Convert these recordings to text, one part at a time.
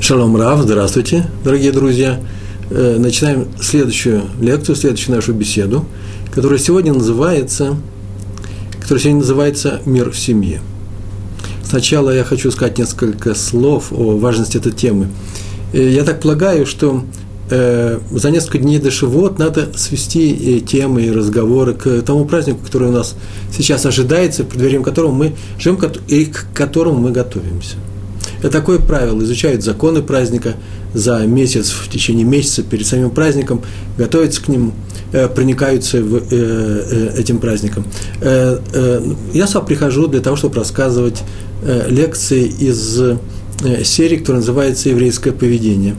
Шалом Рав, здравствуйте, дорогие друзья. Начинаем следующую лекцию, следующую нашу беседу, которая сегодня называется «Мир в семье». Сначала я хочу сказать несколько слов о важности этой темы. Я так полагаю, что за несколько дней до Шивот надо свести темы и разговоры к тому празднику, который у нас сейчас ожидается, в преддверии которого мы живем и к которому мы готовимся. Это такое правило, изучают законы праздника за месяц, в течение месяца перед самим праздником, готовятся к нему, проникаются этим праздником. Я сам прихожу для того, чтобы рассказывать лекции из серии, которая называется «Еврейское поведение».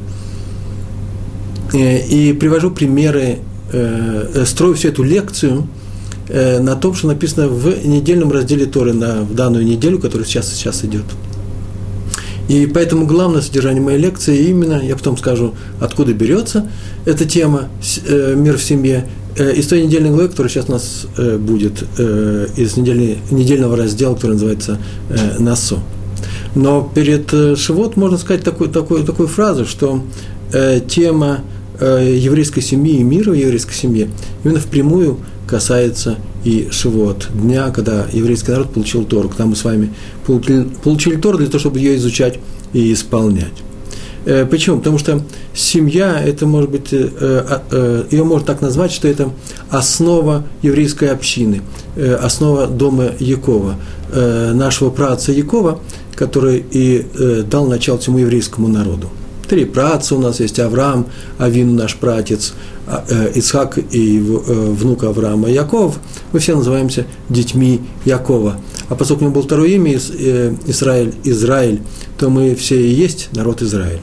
И привожу примеры, строю всю эту лекцию на том, что написано в недельном разделе Торы в данную неделю, которая сейчас идет. И поэтому главное содержание моей лекции именно, я потом скажу, откуда берется эта тема «Мир в семье», из той недельной главы, которая сейчас у нас будет, из недельного раздела, который называется «Насо». Но перед Шивот можно сказать такую фразу, что тема еврейской семьи и мира в еврейской семье именно впрямую касается и Шивот, дня, когда еврейский народ получил Тору, когда мы с вами получили Тору для того, чтобы ее изучать и исполнять. Почему? Потому что семья, это может быть, ее можно так назвать, что это основа еврейской общины, основа дома Якова, нашего праотца Якова, который и дал начало всему еврейскому народу. 3 праотца у нас есть: Авраам, Авину наш праотец, Ицхак и внук Авраама Яков. Мы все называемся детьми Якова. А поскольку у него было второе имя Израиль, то мы все и есть народ Израиля.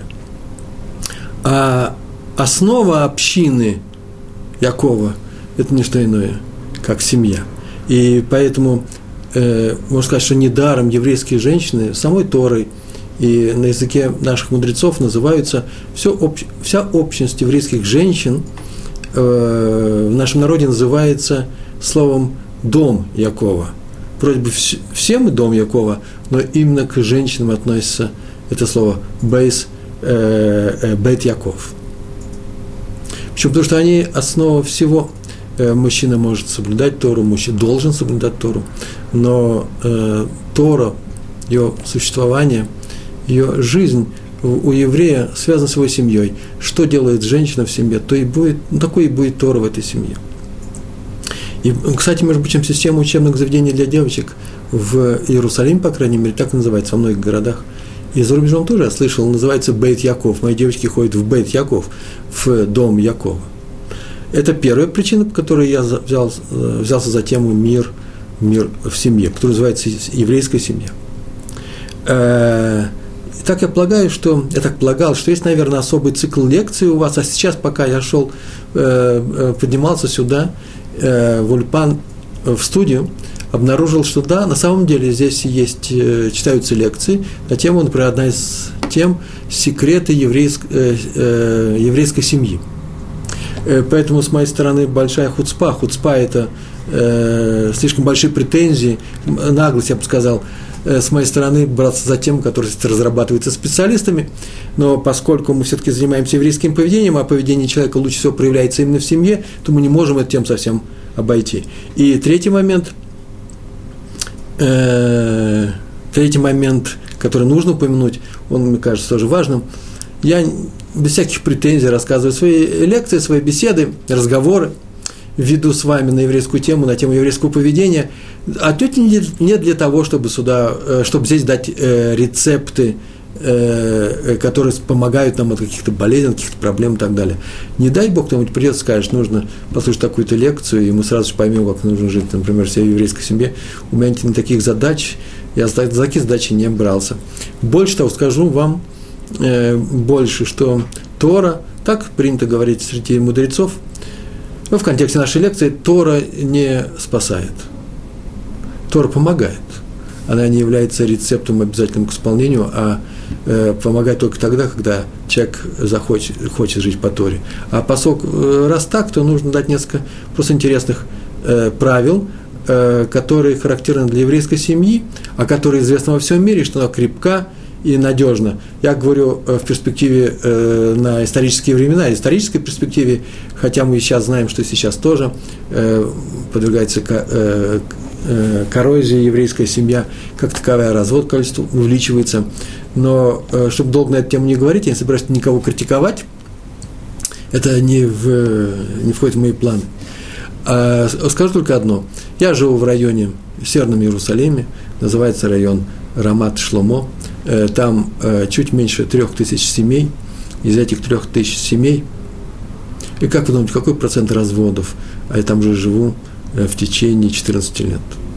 А основа общины Якова – это не что иное, как семья. И поэтому можно сказать, что недаром еврейские женщины самой Торой и на языке наших мудрецов называются вся общность еврейских женщин в нашем народе называется словом «дом Якова». Вроде бы все мы дом Якова, но именно к женщинам относится это слово «бейт Яков». Почему? Потому что они основа всего. Мужчина может соблюдать Тору, мужчина должен соблюдать Тору, но Тора, ее существование, ее жизнь у еврея связана с его семьей. Что делает женщина в семье, такой и будет Тора в этой семье. И, кстати, между прочим, система учебных заведений для девочек в Иерусалиме, по крайней мере, так и называется, во многих городах, и за рубежом тоже, я слышал, называется Бейт Яков. Мои девочки ходят в Бейт Яков, в дом Якова. Это первая причина, по которой я взялся за тему мир в семье, которая называется еврейская семья. Так я полагал, что есть, наверное, особый цикл лекций у вас, а сейчас, пока я поднимался сюда, в Ульпан, в студию, обнаружил, что да, на самом деле здесь читаются лекции на тему, например, одна из тем «Секреты еврейской семьи». Поэтому с моей стороны большая хуцпа. Хуцпа – это слишком большие претензии, наглость, я бы сказал, с моей стороны браться за тему, которая разрабатывается специалистами, но поскольку мы все-таки занимаемся еврейским поведением, а поведение человека лучше всего проявляется именно в семье, то мы не можем эту тему совсем обойти. И третий момент, который нужно упомянуть, он, мне кажется, тоже важным. Я без всяких претензий рассказываю свои лекции, свои беседы, разговоры, веду с вами на еврейскую тему, на тему еврейского поведения, отнюдь не для того, чтобы здесь дать рецепты, которые помогают нам от каких-то болезней, от каких-то проблем и так далее. Не дай Бог, кто-нибудь придет и скажет, нужно послушать такую-то лекцию, и мы сразу же поймем, как нужно жить, например, в еврейской семье. У меня нет таких задач, я за такие задачи не брался. Больше того, скажу вам, что Тора, так принято говорить среди мудрецов, но в контексте нашей лекции Тора не спасает. Тора помогает. Она не является рецептом обязательным к исполнению, а помогает только тогда, когда человек хочет жить по Торе. А поскольку раз так, то нужно дать несколько просто интересных правил, которые характерны для еврейской семьи, а которые известны во всем мире, что она крепка и надежно. Я говорю в перспективе на исторические времена, в исторической перспективе, хотя мы сейчас знаем, что сейчас тоже подвергается коррозии еврейская семья, как таковая, развод количество увеличивается. Но, чтобы долго на эту тему не говорить, я не собираюсь никого критиковать, это не входит в мои планы. Скажу только одно. Я живу в районе, в Северном Иерусалиме, называется район Рамат-Шломо. Там чуть меньше 3000 семей. Из этих 3000 семей, и как вы думаете, какой процент разводов? А я там уже живу в течение 14 лет.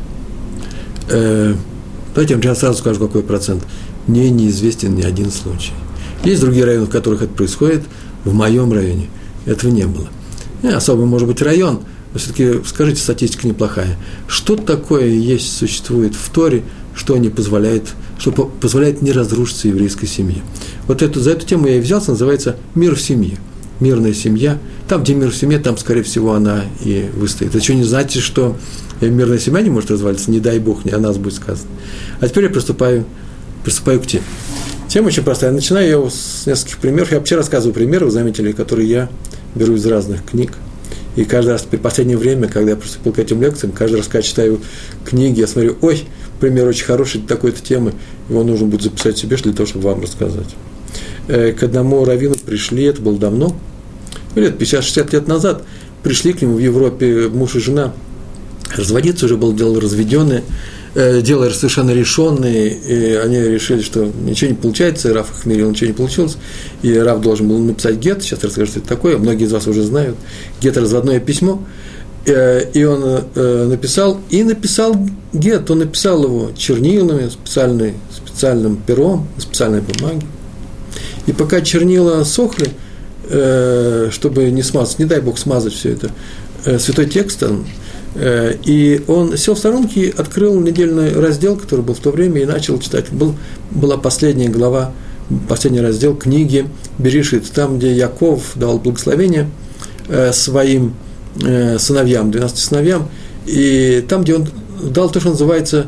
Давайте я сразу скажу, какой процент. Мне неизвестен ни один случай. Есть другие районы, в которых это происходит. В моем районе этого не было. Особый, может быть, район, но все-таки, скажите, статистика неплохая. Что такое существует в Торе, что позволяет не разрушиться еврейской семье? Вот за эту тему я и взялся, называется «Мир в семье». Мирная семья. Там, где мир в семье, там, скорее всего, она и выстоит. Это еще не значит, что мирная семья не может развалиться, не дай Бог, не о нас будет сказано. А теперь я приступаю к теме. Тема очень простая. Я начинаю ее с нескольких примеров. Я вообще рассказываю примеры, вы заметили, которые я беру из разных книг. И каждый раз, при последнее время, когда я приступил к этим лекциям, каждый раз, когда читаю книги, я смотрю, пример очень хороший для такой-то темы, его нужно будет записать себе для того, чтобы вам рассказать. К одному раввину пришли, это было давно, лет 50-60 лет назад, пришли к нему в Европе муж и жена, разводиться уже было дело разведенное, дело совершенно решенное, и они решили, что ничего не получается, и Рав их мирил, ничего не получилось, и Рав должен был написать гет, сейчас расскажу, что это такое, многие из вас уже знают, гет – разводное письмо, и он написал гет, он написал его чернилами, специальным пером, специальной бумаги, и пока чернила сохли, чтобы не смазать, не дай Бог смазать все это, святой текст, и он сел в сторонке и открыл недельный раздел, который был в то время, и начал читать. Была последняя глава, последний раздел книги Берешит, там, где Яков давал благословение своим сыновьям, 12 сыновьям, и там, где он дал то, что называется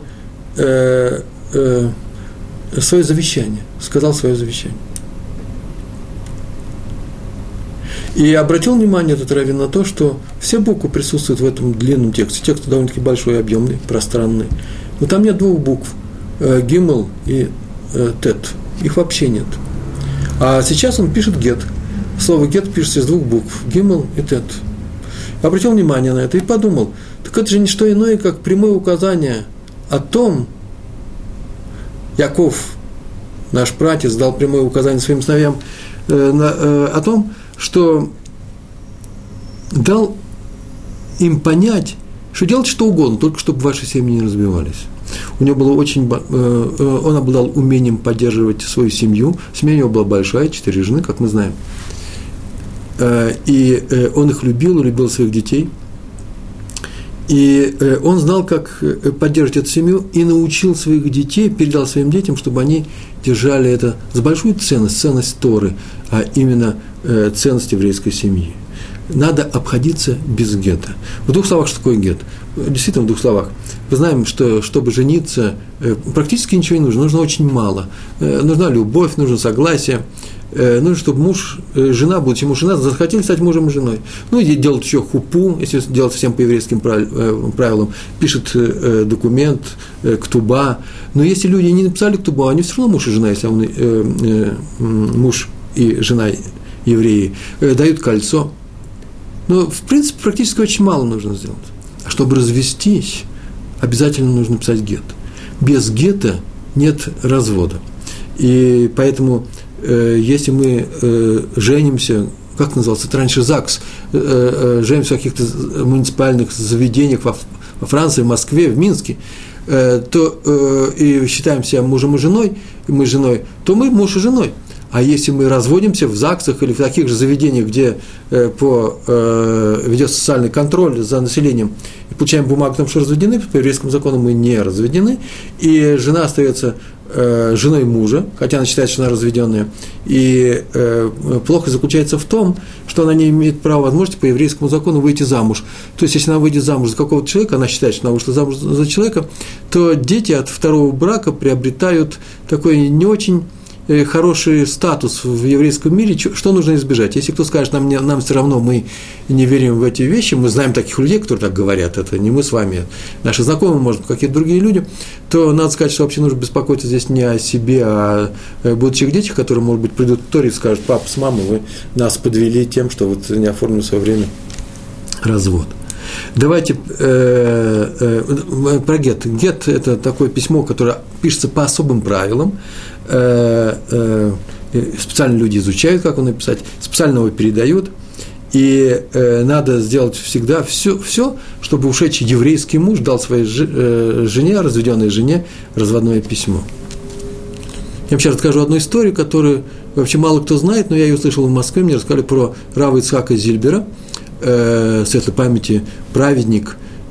свое завещание, сказал свое завещание. И обратил внимание этот раввин на то, что все буквы присутствуют в этом длинном тексте. Текст довольно-таки большой, объемный, пространный. Но там нет двух букв – гимел и тет. Их вообще нет. А сейчас он пишет гет. Слово гет пишется из двух букв – гимел и тет. Обратил внимание на это и подумал, так это же не что иное, как прямое указание о том, Яков, наш пратец, дал прямое указание своим сыновьям о том, что дал им понять, что делать что угодно, только чтобы ваши семьи не разбивались. У него было он обладал умением поддерживать свою семью. Семья у него была большая, 4 жены, как мы знаем. И он их любил своих детей. И он знал, как поддерживать эту семью, и научил своих детей, передал своим детям, чтобы они держали это за большую ценность Торы, а именно ценность еврейской семьи. Надо обходиться без гета. В двух словах, что такое гет? Действительно, в двух словах. Мы знаем, что чтобы жениться, практически ничего не нужно, нужно очень мало. Нужна любовь, нужно согласие. Нужно, чтобы жена, будучи муж и жена, захотели стать мужем и женой. Ну, и делать еще хупу, если делать совсем по еврейским правилам, пишет документ, ктуба. Но если люди не написали ктубу, они все равно муж и жена, если он муж и жена евреи, дают кольцо. Но, в принципе, практически очень мало нужно сделать. А чтобы развестись, обязательно нужно писать гет. Без гета нет развода. И поэтому, если мы женимся, как назывался это раньше, ЗАГС, женимся в каких-то муниципальных заведениях во Франции, в Москве, в Минске, то и считаем себя мужем и женой, то мы муж и женой. А если мы разводимся в ЗАГСах или в таких же заведениях, где ведется социальный контроль за населением, и получаем бумагу о том, что разведены, по еврейскому закону мы не разведены, и жена остается женой мужа, хотя она считает, что она разведенная. И плохо заключается в том, что она не имеет права, возможности по еврейскому закону выйти замуж. То есть, если она выйдет замуж за какого-то человека, она считает, что она вышла замуж за человека, то дети от второго брака приобретают такой не очень хороший статус в еврейском мире, что нужно избежать. Если кто скажет, нам все равно, мы не верим в эти вещи, мы знаем таких людей, которые так говорят, это не мы с вами, наши знакомые, может, какие-то другие люди, то надо сказать, что вообще нужно беспокоиться здесь не о себе, а о будущих детях, которые, может быть, придут к Торе и скажут: папа с мамой, вы нас подвели тем, что вот не оформили в свое время развод. Давайте про гет. Гет – это такое письмо, которое пишется по особым правилам. Специально люди изучают, как его написать, специально его передают. И надо сделать всегда все, чтобы ушедший еврейский муж дал своей жене, разведенной жене, разводное письмо. Я вам сейчас расскажу одну историю, которую вообще мало кто знает, но я ее услышал в Москве. Мне рассказали про рава Ицхака Зильбера, светлой памяти, праведник,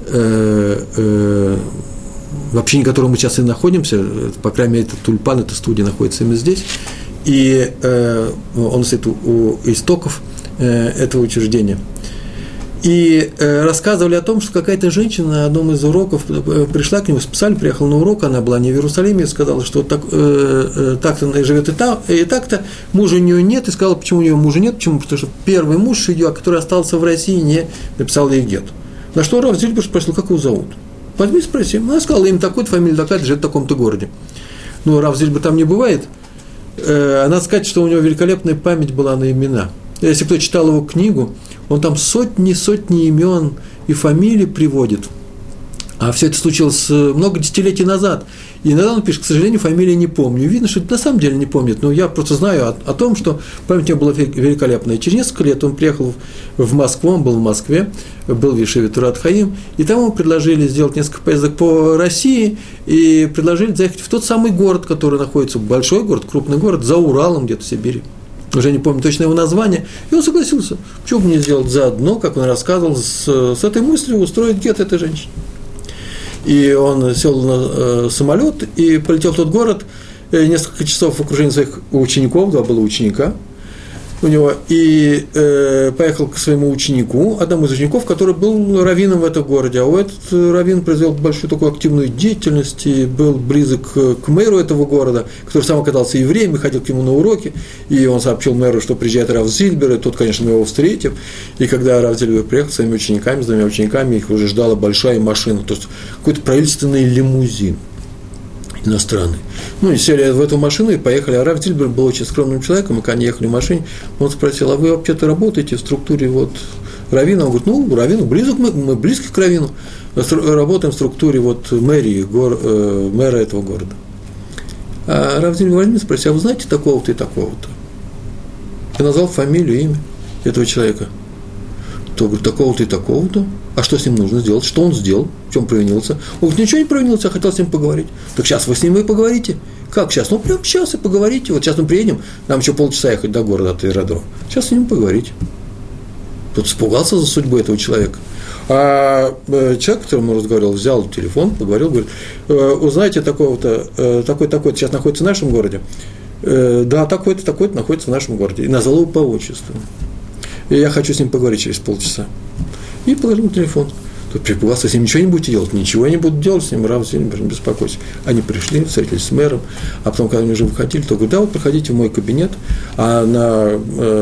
в общине которого мы сейчас и находимся, по крайней мере, это Тульпан, эта студия находится именно здесь, и он стоит у истоков этого учреждения. И рассказывали о том, что какая-то женщина на одном из уроков пришла к нему, специально приехала на урок, она была не в Иерусалиме, и сказала, что так-то она живет и так-то, мужа у нее нет, и сказала, почему у нее мужа нет, почему? Потому что первый муж ее, который остался в России, не написал ей гет. На что рав Зильбер спросил, как его зовут? Возьми, спроси. Она сказала, имя такое, фамилия такая, живет в таком-то городе. Но рав Зильбер там не бывает. Надо сказать, что у него великолепная память была на имена. Если кто читал его книгу, он там сотни имен и фамилий приводит. А все это случилось много десятилетий назад. И иногда он пишет, к сожалению, фамилии не помню. Видно, что на самом деле не помнит. Но я просто знаю о том, что память у него была великолепная. И через несколько лет он приехал в Москву, он был в Москве, был в Ешиве Турат Хаим, и там ему предложили сделать несколько поездок по России, и предложили заехать в тот самый город, который находится, большой город, крупный город, за Уралом, где-то в Сибири. Уже не помню точно его название, и он согласился. Почему бы не сделать заодно, как он рассказывал, с этой мыслью устроить гет этой женщине. И он сел на самолет и полетел в тот город, несколько часов в окружении своих учеников, два было ученика у него, и поехал к своему ученику, одному из учеников, который был раввином в этом городе, а этот раввин произвел большую такую активную деятельность и был близок к мэру этого города, который сам оказался евреем и ходил к нему на уроки, и он сообщил мэру, что приезжает рав Зильбер, и тот, конечно, его встретил, и когда рав Зильбер приехал с своими учениками, с двумя учениками, их уже ждала большая машина, то есть какой-то правительственный лимузин иностранный. Ну, и сели в эту машину и поехали. А рав Зильбер был очень скромным человеком, и когда они ехали в машине, он спросил, а вы вообще-то работаете в структуре вот раввина? Он говорит, ну, раввину, мы близки к раввину, работаем в структуре вот мэрии, мэра этого города. А рав Зильбер возьми, спросил, а вы знаете такого-то и такого-то? И назвал фамилию, имя этого человека. То говорит, такого-то и такого-то. А что с ним нужно сделать? Что он сделал? В чем провинился? Он говорит, ничего не провинился, я хотел с ним поговорить. Так сейчас вы с ним и поговорите. Как сейчас? Ну, прямо сейчас и поговорите. Вот сейчас мы приедем, нам еще полчаса ехать до города от аэродрома. Сейчас с ним поговорите. Тот испугался за судьбу этого человека. А человек, с которым он разговаривал, взял телефон, поговорил, говорит, узнаете такого-то, такой-то сейчас находится в нашем городе? Да, такой-то находится в нашем городе. И назвал его по отчеству. И я хочу с ним поговорить через полчаса. И положил телефон. Тут припугался, с ним ничего не будете делать. Ничего не буду делать с ним, рав Зильбер, не беспокойся. Они пришли, встретились с мэром, а потом, когда они уже выходили, то говорят, да, вот проходите в мой кабинет, а на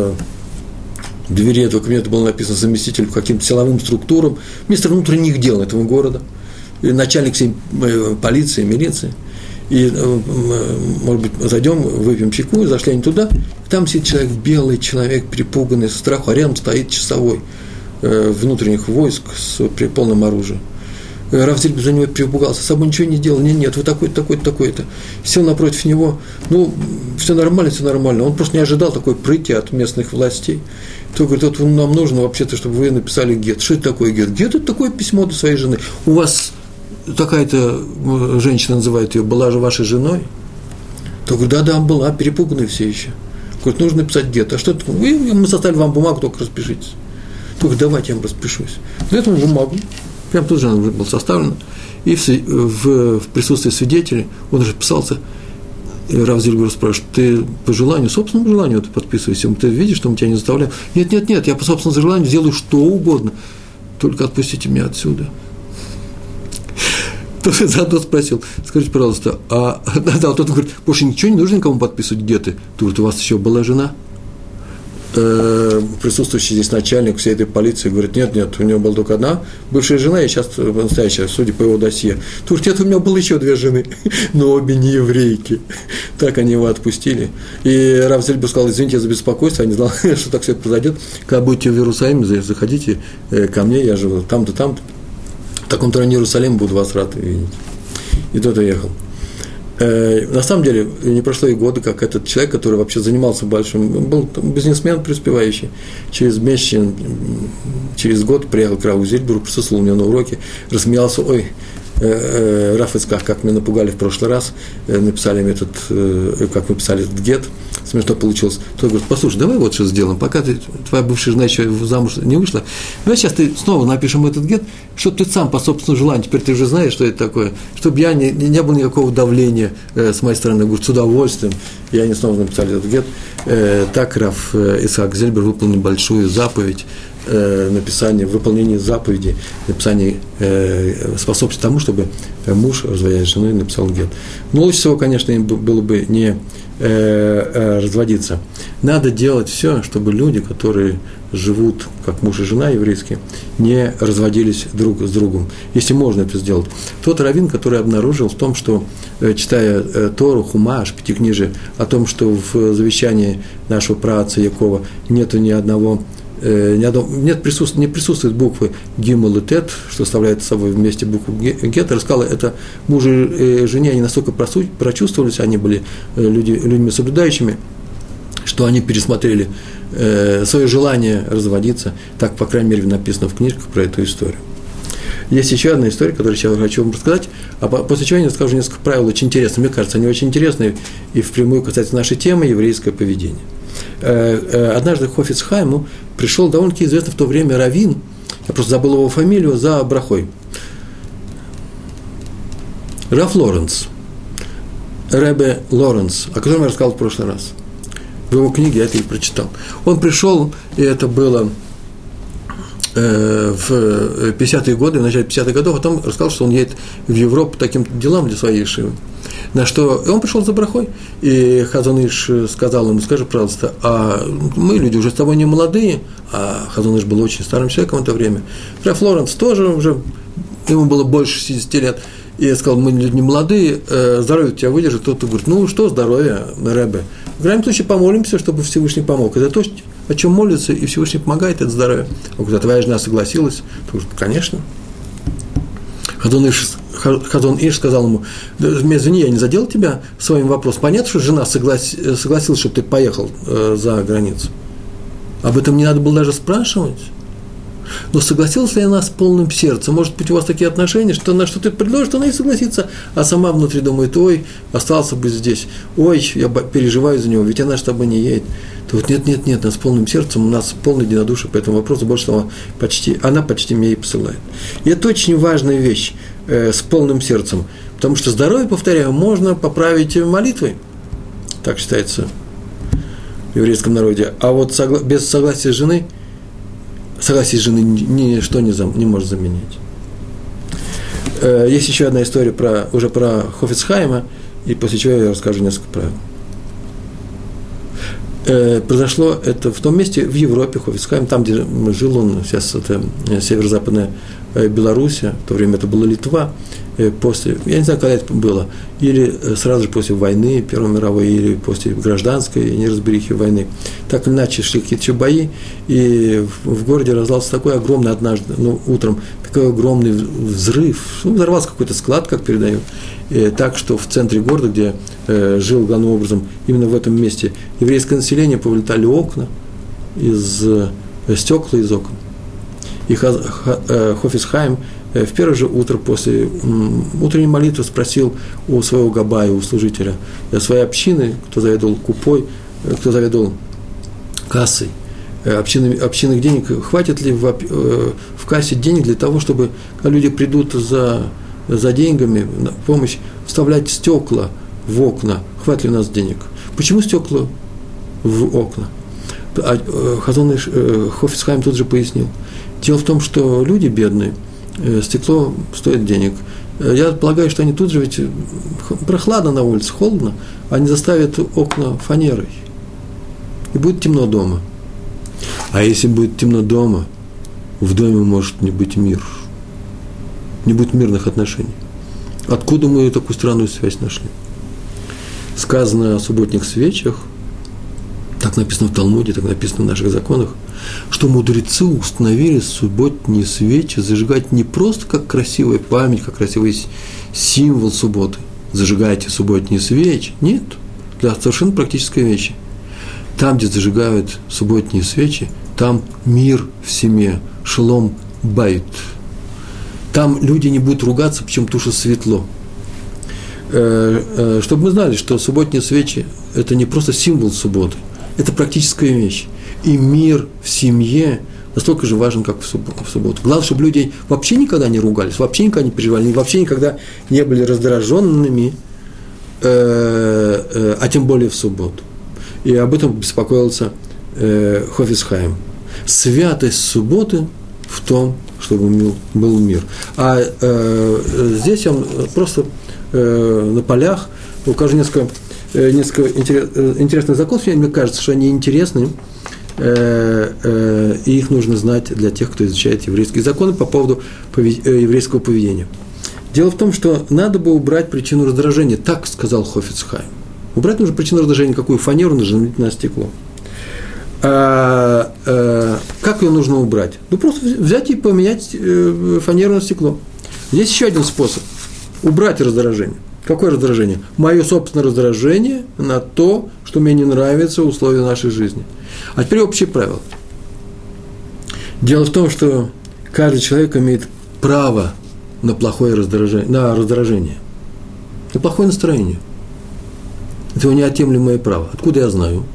двери этого кабинета было написано заместитель по каким-то силовым структурам, министр внутренних дел этого города, и начальник всей полиции, милиции. И, может быть, зайдем, выпьем чайку, и зашли они туда, и там сидит человек, белый человек, перепуганный, со страху, а рядом стоит часовой внутренних войск при полном оружии. Рав Зильбер за него перепугался, с собой ничего не делал, нет, вы такой-то, такой-то, такой-то. Сел напротив него, ну, все нормально. Он просто не ожидал такой прыти от местных властей. То говорит, вот нам нужно вообще-то, чтобы вы написали гет. Что это такое гет? Гет – это такое письмо для своей жены. У вас такая-то женщина, называет ее, была же вашей женой? То говорит, да, была, перепуганные все еще. Говорит, нужно написать гет. А что это? Мы составили вам бумагу, только распишитесь. То говорит, давайте я вам распишусь. Для этого бумагу, прям тут же она уже была составлена, и в присутствии свидетелей он уже писался И Рав Зильбер спрашивает, ты по желанию, собственному желанию это подписываешься, ты видишь, что мы тебя не заставляем? Нет, я по собственному желанию сделаю что угодно, только отпустите меня отсюда. Тот заодно спросил, скажите, пожалуйста, тот говорит, больше ничего не нужно никому подписывать, где ты? Говорит, у вас еще была жена? Присутствующий здесь начальник всей этой полиции говорит, нет, у него была только одна бывшая жена, и сейчас настоящая, судя по его досье. Говорит, нет, у меня было еще 2 жены, но обе не еврейки. Так они его отпустили. И Рав Зильбер сказал, извините за беспокойство, я не знал, что так все это произойдет. Когда будете в Иерусалиме, заходите ко мне, я живу там-то, там-то. В таком-то районе Иерусалима буду вас рад видеть. И тот уехал. На самом деле, не прошло и года, как этот человек, который вообще занимался большим, был бизнесмен преуспевающий, через месяц, через год приехал к Раву Зильберу, присутствовал у него на уроке, рассмеялся, ой, Раф Ицхак, как меня напугали в прошлый раз, написали мне как мы писали этот гет, смешно получилось. Тот говорит, послушай, давай вот что сделаем, пока твоя бывшая жена еще замуж не вышла, давай сейчас ты снова напишем этот гет, чтобы ты сам по собственному желанию, теперь ты уже знаешь, что это такое, чтобы я не было никакого давления с моей стороны, я говорю, с удовольствием, и они снова написали этот гет. Так Рав Ицхак Зильбер выполнил большую заповедь, выполнение заповеди, написание способствует тому, чтобы муж, разводясь с женой, написал гет. Но лучше всего, конечно, им было бы не разводиться. Надо делать все, чтобы люди, которые живут как муж и жена еврейские, не разводились друг с другом, если можно это сделать. Тот раввин, который обнаружил в том, что, читая Тору, Хумаш, Пятикнижие, о том, что в завещании нашего праотца Якова нету не присутствует буквы Гимел и Тет, что оставляет с собой вместе букву Гет, рассказал, это мужу и жене, они настолько прочувствовались, они были людьми соблюдающими, что они пересмотрели свое желание разводиться. Так, по крайней мере, написано в книжках про эту историю. Есть еще одна история, которую я хочу вам рассказать, а после чего я расскажу несколько правил очень интересных. Мне кажется, они очень интересные и впрямую касаются нашей темы еврейское поведение. Однажды к Хофец Хаиму пришел довольно-таки известный в то время раввин, я просто забыл его фамилию, за брахой. Раф Лоренц, Ребе Лоренц, о котором я рассказал в прошлый раз. В его книге я это и прочитал. Он пришел, и это было в 50-е годы, в начале 50-х годов, а потом рассказал, что он едет в Европу по таким делам для своей шивы. На что он пришел за брахой, и Хазон Иш сказал ему, скажи, пожалуйста, а мы люди уже с тобой не молодые, а Хазон Иш был очень старым человеком в это время. Раф Лоренц тоже уже, ему было больше 60 лет, и я сказал, мы люди не молодые, здоровье у тебя выдержит. Кто-то говорит, ну что здоровье, Ребе? В крайнем случае помолимся, чтобы Всевышний помог. Это то, о чем молится, и Всевышний помогает, это здоровье. Он говорит, а твоя жена согласилась? Он говорит, конечно. Хазон Иш сказал ему, извини, я не задел тебя своим вопросом. Понятно, что жена согласилась, чтобы ты поехал за границу. Об этом не надо было даже спрашивать. Но согласилась ли она с полным сердцем? Может быть, у вас такие отношения, что она что-то предложит, она и согласится, а сама внутри думает, ой, остался бы здесь, ой, я переживаю за него, ведь она с тобой не едет. То вот нет, она с полным сердцем, у нас полное единодушие по этому вопросу, больше того, она почти меня и посылает. И это очень важная вещь, с полным сердцем, потому что здоровье, повторяю, можно поправить молитвой, так считается в еврейском народе, а вот без согласия жены ничто не может заменить. Есть еще одна история уже про Хофец Хаима, и после чего я расскажу несколько правил. Произошло это в том месте, в Европе, Хофец Хаим, там, где жил он, сейчас это северо-западная Белоруссия, в то время это была Литва, после, я не знаю, когда это было, или сразу же после войны Первой мировой, или после гражданской неразберихи войны. Так или иначе шли какие-то бои, и в городе раздался такой огромный однажды, утром, такой огромный взрыв, взорвался какой-то склад, как передают, так что в центре города, где жил главным образом, именно в этом месте, еврейское население, повылетали окна, стекла из окон. И Хофец Хаим в первое же утро после утренней молитвы спросил у своего габая, у служителя своей общины, кто заведовал купой, кто заведовал кассой, общинных денег, хватит ли в кассе денег для того, чтобы, когда люди придут за деньгами на помощь, вставлять стекла в окна, хватит ли у нас денег. Почему стекла в окна? Хазон Иш Хафец Хаим тут же пояснил. Дело в том, что люди бедные, стекло стоит денег. Я полагаю, что они тут же, ведь прохладно на улице, холодно, они заставят окна фанерой. И будет темно дома. А если будет темно дома, в доме может не быть мир. Не будет мирных отношений. Откуда мы такую странную связь нашли? Сказано о субботних свечах, так написано в Талмуде, так написано в наших законах, что мудрецы установили субботние свечи зажигать не просто как красивая память, как красивый символ субботы. Зажигайте субботние свечи. Нет, для совершенно практической вещи. Там, где зажигают субботние свечи, там мир в семье, шалом байт. Там люди не будут ругаться, почему потому что светло. Чтобы мы знали, что субботние свечи – это не просто символ субботы, это практическая вещь. И мир в семье настолько же важен, как в субботу. Главное, чтобы люди вообще никогда не ругались, вообще никогда не переживали, вообще никогда не были раздраженными, а тем более в субботу. И об этом беспокоился Хафец Хаим. Святость субботы в том, чтобы был мир. А здесь он просто на полях укажу несколько интересных законов. Мне кажется, что они интересны, и их нужно знать для тех, кто изучает еврейские законы по поводу еврейского поведения. Дело в том, что надо бы убрать причину раздражения, так сказал Хафец Хаим. Убрать нужно причину раздражения, какую фанеру нажимать на стекло. Как ее нужно убрать? Ну, просто взять и поменять фанеру на стекло. Есть еще один способ убрать раздражение. Какое раздражение? Мое собственное раздражение на то, что мне не нравятся условия нашей жизни. А теперь общее правило. Дело в том, что каждый человек имеет право на плохое раздражение, на плохое настроение. Это его неотъемлемое право. Откуда я знаю?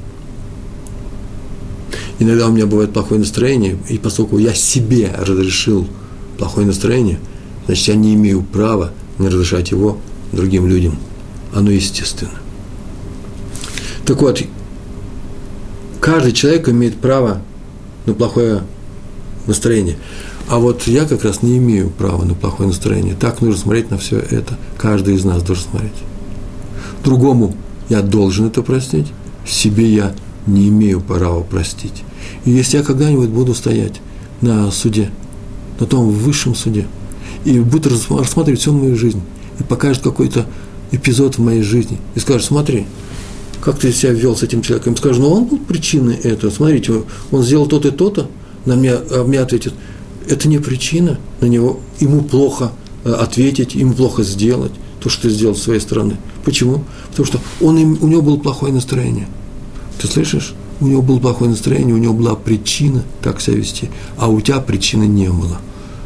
Иногда у меня бывает плохое настроение, и поскольку я себе разрешил плохое настроение, значит, я не имею права не разрешать его другим людям. Оно естественно. Так вот, каждый человек имеет право на плохое настроение. А вот я как раз не имею права на плохое настроение. Так нужно смотреть на все это. Каждый из нас должен смотреть. Другому я должен это простить, себе я не имею права простить. И если я когда-нибудь буду стоять на суде, на том высшем суде, и будет рассматривать всю мою жизнь, и покажет какой-то эпизод в моей жизни, и скажет: смотри, как ты себя вел с этим человеком, и скажет: ну он был причиной этого, смотрите, он сделал то-то и то-то, мне ответит: это не причина, на него, ему плохо ответить, ему плохо сделать то, что ты сделал с своей стороны. Почему? Потому что у него было плохое настроение. Ты слышишь? У него было плохое настроение, у него была причина так себя вести, а у тебя причины не было.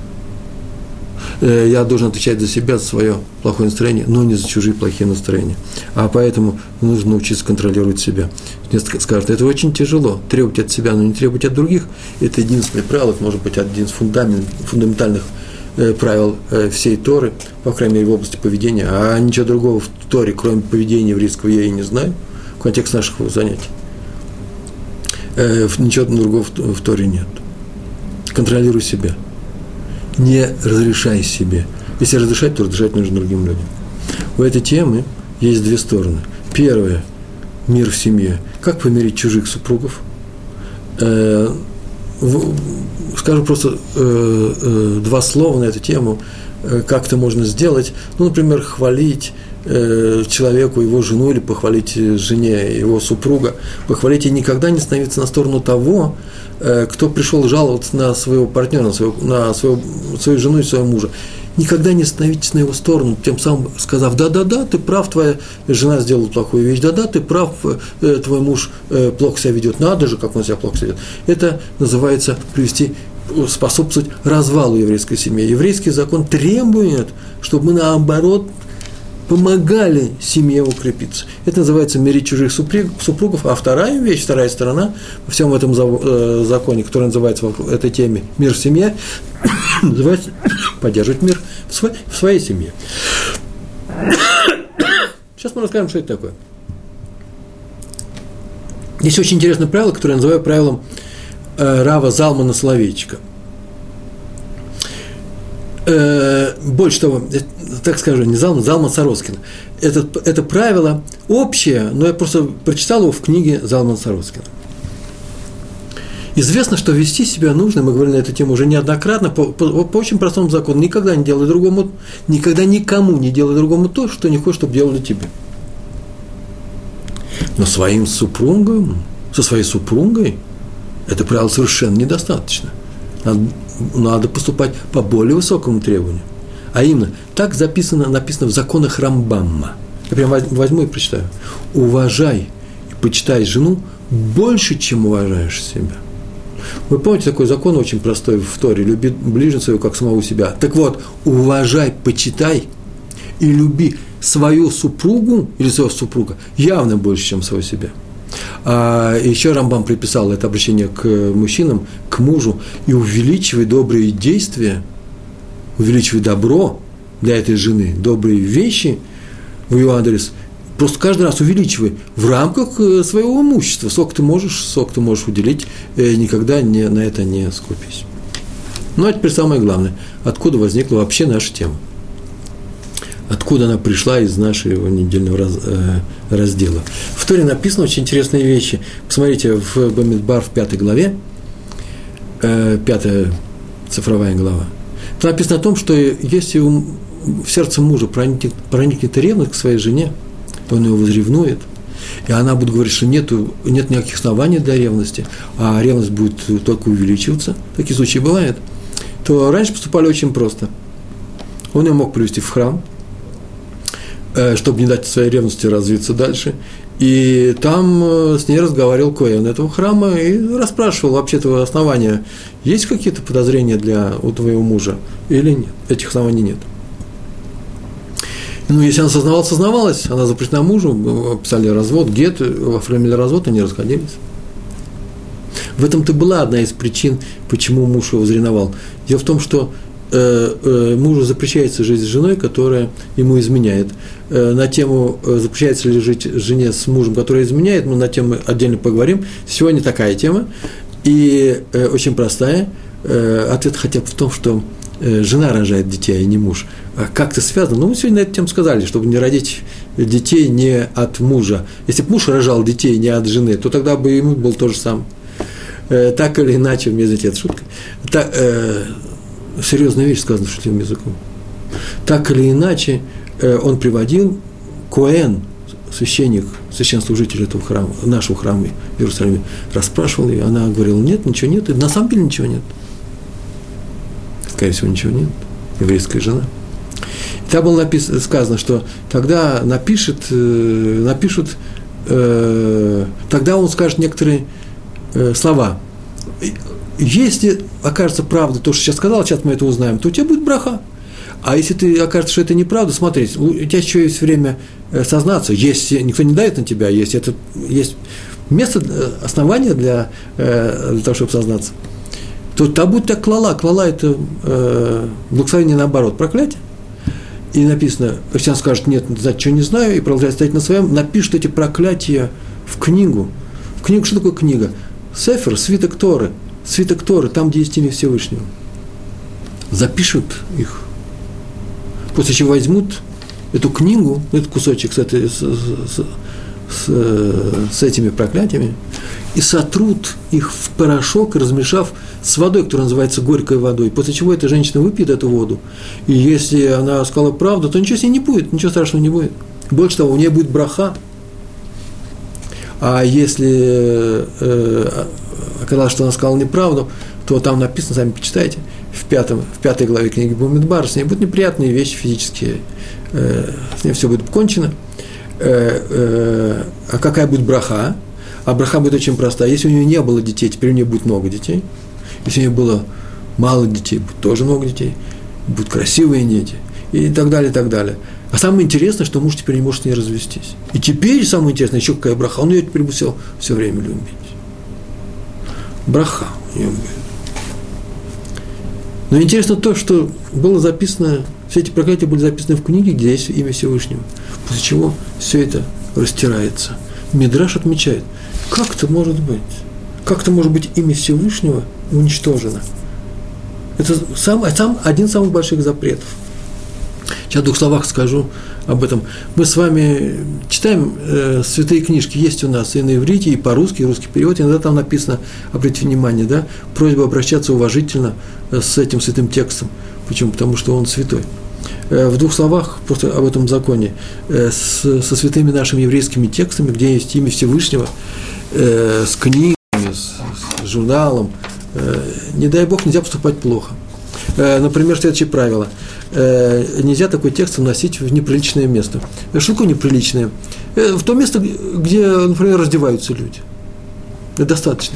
Я должен отвечать за себя, за свое плохое настроение, но не за чужие плохие настроения. А поэтому нужно научиться контролировать себя. Мне скажут: это очень тяжело, требовать от себя, но не требовать от других. Это единственное правило, это может быть один из фундаментальных правил всей Торы, по крайней мере, в области поведения. А ничего другого в Торе, кроме поведения еврейского, я и не знаю, в контексте наших занятий. Ничего другого в Торе нет. Контролируй себя. Не разрешай себе. Если разрешать, то разрешать нужно другим людям. У этой темы есть две стороны. Первая – мир в семье. Как помирить чужих супругов? Скажу просто два слова на эту тему. Как это можно сделать? Ну, например, хвалить человеку его жену или похвалить жене его супруга, похвалить и никогда не становиться на сторону того, кто пришел жаловаться на своего партнера, на свою жену и своего мужа. Никогда не становитесь на его сторону, тем самым сказав: да-да-да, ты прав, твоя жена сделала плохую вещь, да-да, ты прав, твой муж плохо себя ведет, надо же, как он себя плохо ведет. Это называется способствовать развалу еврейской семьи. Еврейский закон требует, чтобы мы, наоборот, помогали семье укрепиться. Это называется мирить чужих супругов. А вторая вещь, вторая сторона во всем этом законе, который называется в этой теме «Мир в семье», называется «Поддерживать мир в своей семье». Сейчас мы расскажем, что это такое. Есть очень интересное правило, которое я называю правилом Рава Залмана Соловейчика. Больше того, так скажу, не Залман, Залман Сороскин. Это правило общее, но я просто прочитал его в книге Залмана Сороскина. Известно, что вести себя нужно, мы говорили на эту тему уже неоднократно, по очень простому закону. Никогда не делай другому, никогда никому не делай другому то, что не хочешь, чтобы делали тебе. Но своим супругом, со своей супругой, это правило совершенно недостаточно. Надо поступать по более высокому требованию. А именно, так написано в законах Рамбамма. Я прямо возьму и прочитаю. Уважай и почитай жену больше, чем уважаешь себя. Вы помните такой закон очень простой в Торе: люби ближнего своего, как самого себя. Так вот, уважай, почитай и люби свою супругу или своего супруга явно больше, чем самого себя. А еще Рамбам приписал это обращение к мужчинам, к мужу: и увеличивай добрые действия, увеличивай добро для этой жены, добрые вещи в ее адрес. Просто каждый раз увеличивай в рамках своего имущества. Сколько ты можешь уделить, никогда на это не скупись. Ну, а теперь самое главное. Откуда возникла вообще наша тема? Откуда она пришла из нашего недельного раздела? В Торе написаны очень интересные вещи. Посмотрите, в Бамидбар, в 5 главе, 5 цифровая глава, там написано о том, что если в сердце мужа проникнет ревность к своей жене, он ее возревнует, и она будет говорить, что нет никаких оснований для ревности, а ревность будет только увеличиваться, такие случаи бывают, то раньше поступали очень просто. Он ее мог привести в храм, чтобы не дать своей ревности развиться дальше, и там с ней разговаривал коэн этого храма и расспрашивал: вообще-то основания, есть какие-то подозрения у твоего мужа или нет? Этих оснований нет. Ну, если она сознавалась, она запрещена мужу, писали развод, гет, оформили развод, они расходились. В этом-то была одна из причин, почему муж его возревновал. Дело в том, что мужу запрещается жить с женой, которая ему изменяет. На тему, запрещается ли жить жене с мужем, который изменяет, мы на тему отдельно поговорим. Сегодня такая тема, и очень простая. Ответ хотя бы в том, что жена рожает детей, а не муж. А как это связано? Ну, мы сегодня на эту тему сказали, чтобы не родить детей не от мужа. Если бы муж рожал детей не от жены, то тогда бы ему было то же самое. Так или иначе, мне знаете, это шутка. Серьезная вещь сказана шутливым языком. Так или иначе, он приводил коэн, священнослужитель этого храма, нашего храма в Иерусалиме, расспрашивал ее, она говорила: нет, ничего нет, и на самом деле ничего нет. Скорее всего, ничего нет. Еврейская жена. И там было сказано, что тогда напишут, тогда он скажет некоторые слова. Если окажется правдой то, что сейчас сказал, сейчас мы это узнаем, то у тебя будет браха. А если ты окажется, что это неправда, смотри, у тебя еще есть время сознаться, если никто не давит на тебя, если это есть место, основание для того, чтобы сознаться, то там будет так клала. Клала – это благословение наоборот, проклятие. И написано, если он скажет: нет, значит, что не знаю, и продолжает стоять на своем, напишут эти проклятия в книгу. В книгу, что такое книга? Сефер, свиток Торы. Свиток Торы, там, где есть имя Всевышнего. Запишут их. После чего возьмут эту книгу, этот кусочек с этими проклятиями, и сотрут их в порошок, размешав с водой, которая называется горькой водой. После чего эта женщина выпьет эту воду. И если она сказала правду, то ничего с ней не будет, ничего страшного не будет. Больше того, у нее будет браха. А если оказалось, что она сказала неправду, то там написано, сами почитайте, в 5 главе книги Бамидбар, с ней будут неприятные вещи физические, с ней все будет кончено. А какая будет браха? А браха будет очень простая. Если у нее не было детей, теперь у нее будет много детей. Если у нее было мало детей, будет тоже много детей. Будут красивые дети. И так далее, и так далее. А самое интересное, что муж теперь не может с ней развестись. И теперь самое интересное, еще какая браха. Он ее теперь будет все время любить. Браха у нее будет. Но интересно то, что было записано, все эти проклятия были записаны в книге, где есть имя Всевышнего. после чего все это растирается. Мидраш отмечает, как это может быть? Как это может быть имя Всевышнего уничтожено? Это один из самых больших запретов. Сейчас в 2 словах скажу об этом. Мы с вами читаем святые книжки, есть у нас и на иврите, и по-русски, и русский перевод, иногда там написано, обратите внимание, да, просьба обращаться уважительно с этим святым текстом. Почему? Потому что он святой. В 2 словах просто об этом законе. Со святыми нашими еврейскими текстами, где есть имя Всевышнего, с книгами, с журналом, не дай Бог, нельзя поступать плохо. Например, следующее правило. Нельзя такой текст вносить в неприличное место. Что такое неприличное? В то место, где, например, раздеваются люди. Это достаточно.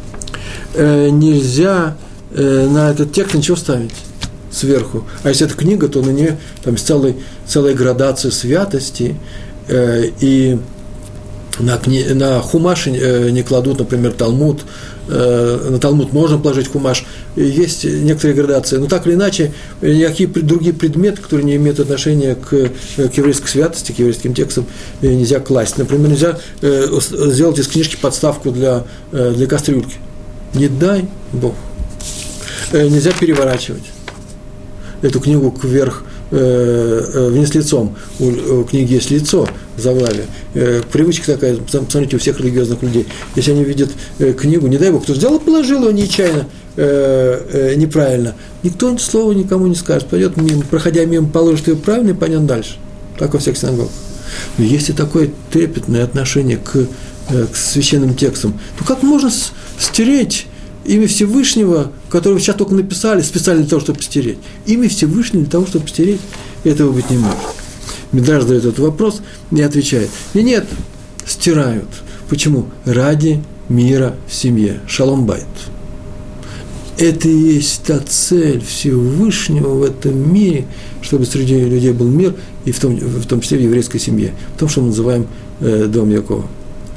Нельзя на этот текст ничего ставить сверху. А если это книга, то на ней там целая градация святости, и на хумаш не кладут, например, Талмуд. На Талмуд можно положить хумаш. Есть некоторые градации. Но так или иначе, никакие другие предметы, которые не имеют отношения к еврейской святости, к еврейским текстам, нельзя класть. Например, нельзя сделать из книжки подставку для кастрюльки. Не дай Бог. Нельзя переворачивать эту книгу кверх, вниз лицом. У книги есть лицо в заглаве. Привычка такая, посмотрите, у всех религиозных людей. Если они видят книгу, не дай Бог, кто взял и положил ее нечаянно, неправильно, никто слова никому не скажет. Пойдет мимо, проходя мимо, положит ее правильно и пойдет дальше. Так во всех синагогах. Но есть и такое трепетное отношение к священным текстам, то как можно стереть имя Всевышнего, которое сейчас только написали, специально для того, чтобы стереть? Имя Всевышнего для того, чтобы стереть, этого быть не может. Мидраш задает этот вопрос и отвечает: нет, стирают. Почему? Ради мира в семье. Шалом байт. Это и есть та цель Всевышнего в этом мире, чтобы среди людей был мир, и в том числе в еврейской семье, в том, что мы называем дом Якова.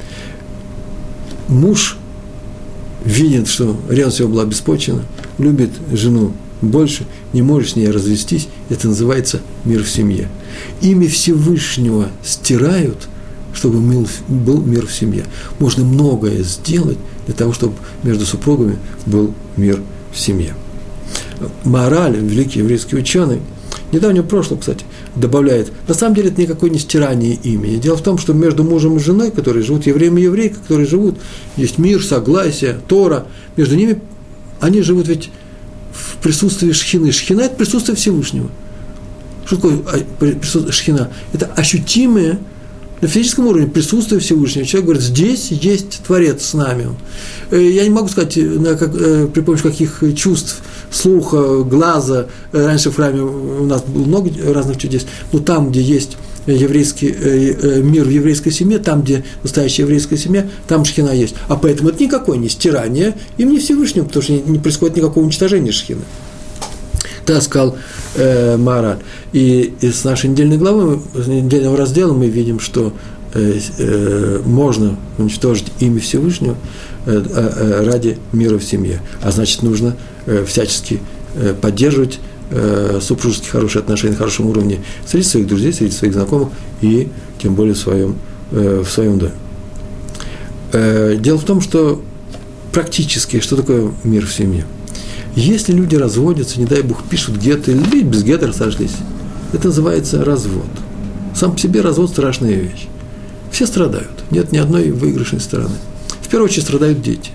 Муж видит, что ревность его была беспочвена, любит жену больше, не может с ней развестись, это называется мир в семье. Имя Всевышнего стирают, чтобы был мир в семье. Можно многое сделать для того, чтобы между супругами был мир в семье. Маораль, великий еврейский ученый, в недавнем прошлом, кстати, добавляет, на самом деле это никакое не стирание имени. Дело в том, что между мужем и женой, которые живут, евреем и еврейкой, которые живут, есть мир, согласие, Тора, между ними они живут ведь в присутствии шхины. Шхина – это присутствие Всевышнего. Что такое присутствие шхина? Это ощутимое на физическом уровне присутствие Всевышнего. Человек говорит, здесь есть Творец с нами. Я не могу сказать, при помощи каких чувств, слуха, глаза. Раньше в храме у нас было много разных чудес. Но там, где есть еврейский мир в еврейской семье, там, где настоящая еврейская семья, там шхина есть. А поэтому это никакое не стирание имени Всевышнего, потому что не происходит никакого уничтожения шхины. Так сказал Маораль. И с нашей недельной главы, с недельного раздела мы видим, что можно уничтожить имя Всевышнего ради мира в семье. А значит, нужно всячески поддерживать супружеские хорошие отношения на хорошем уровне среди своих друзей, среди своих знакомых и тем более в своем доме. Дело в том, что практически, что такое мир в семье? Если люди разводятся, не дай Бог, пишут гетто, или без гетто разошлись, это называется развод. Сам по себе развод – страшная вещь. Все страдают, нет ни одной выигрышной стороны. В первую очередь страдают дети.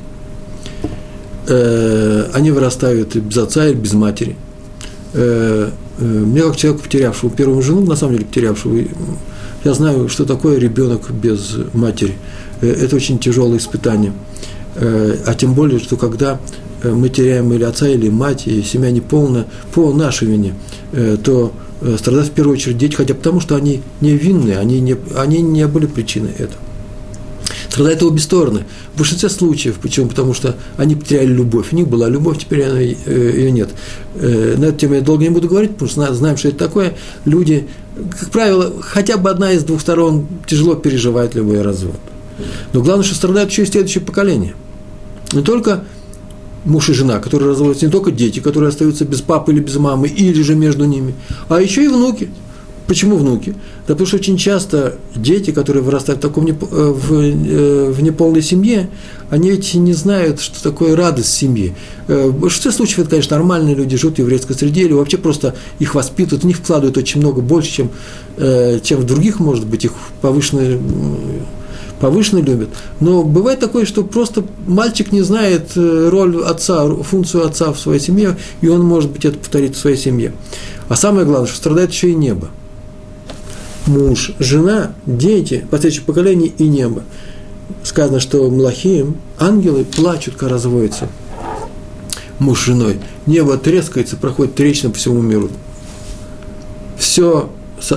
Они вырастают без отца или без матери. Мне, как человеку, потерявшему первую жену, на самом деле потерявшего, я знаю, что такое ребенок без матери. Это очень тяжелое испытание. А тем более, что когда мы теряем или отца, или мать, и семья неполная по нашей вине, то страдают в первую очередь дети, хотя потому, что они невинные, они не были причиной этого. Страдают обе стороны. В большинстве случаев. Почему? Потому что они потеряли любовь. У них была любовь, теперь ее нет. На эту тему я долго не буду говорить, потому что знаем, что это такое. Люди, как правило, хотя бы одна из двух сторон тяжело переживает любой развод. Но главное, что страдают еще и следующее поколение. Не только муж и жена, которые разводятся, не только дети, которые остаются без папы или без мамы, или же между ними, а еще и внуки. Почему внуки? Да потому что очень часто дети, которые вырастают в неполной семье, они ведь не знают, что такое радость семьи. В большинстве случаев это, конечно, нормальные люди, живут в еврейской среде, или вообще просто их воспитывают, в них вкладывают очень много больше, чем в других, может быть, их повышенно любят. Но бывает такое, что просто мальчик не знает роль отца, функцию отца в своей семье, и он, может быть, это повторит в своей семье. А самое главное, что страдает еще и небо. Муж, жена, дети, последующее поколение и небо. Сказано, что млахим, ангелы плачут, когда разводятся муж с женой. Небо трескается, проходит трещина по всему миру. Все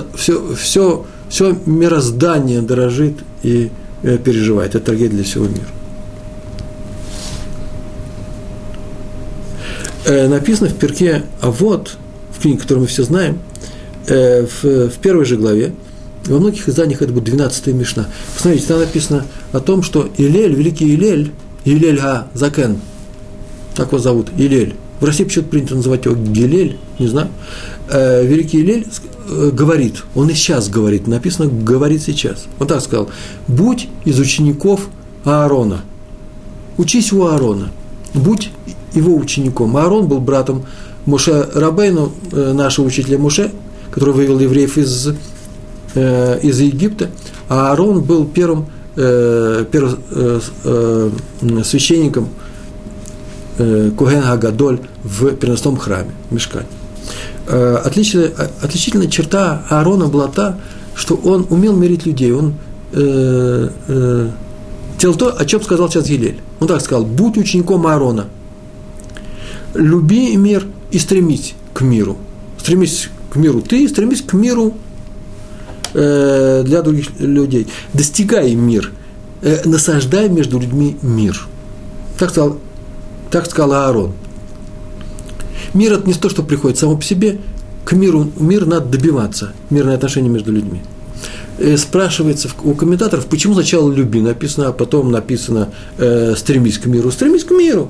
мироздание дорожит и переживает. Это трагедия для всего мира. Написано в Перке Авот, в книге, которую мы все знаем, в первой же главе, во многих изданиях это будет 12-я Мишна. Посмотрите, там написано о том, что Илель, великий Илель, Илель Ха-Закен, так его зовут, Илель. В России почему-то принято называть его Гилель, не знаю. Великий Илель говорит, он и сейчас говорит, написано «говорит сейчас». Он так сказал: «Будь из учеников Аарона, учись у Аарона, будь его учеником». Аарон был братом Моше Рабейну, нашего учителя Моше, который вывел евреев из Египта, а Аарон был первым священником Коэн Ха-Гадоль в переносном храме, в Мишкане. Отличительная черта Аарона была та, что он умел мирить людей, он делал то, о чем сказал сейчас Гилель. Он так сказал: «Будь учеником Аарона, люби мир и стремись к миру». Стремись к миру ты, стремись к миру для других людей. Достигай мир, насаждай между людьми мир. Так сказал Аарон. Мир – это не то, что приходит само по себе. К миру, мир надо добиваться, мирные отношения между людьми. Спрашивается у комментаторов, почему сначала «люби» написано, а потом написано «стремись к миру». Стремись к миру.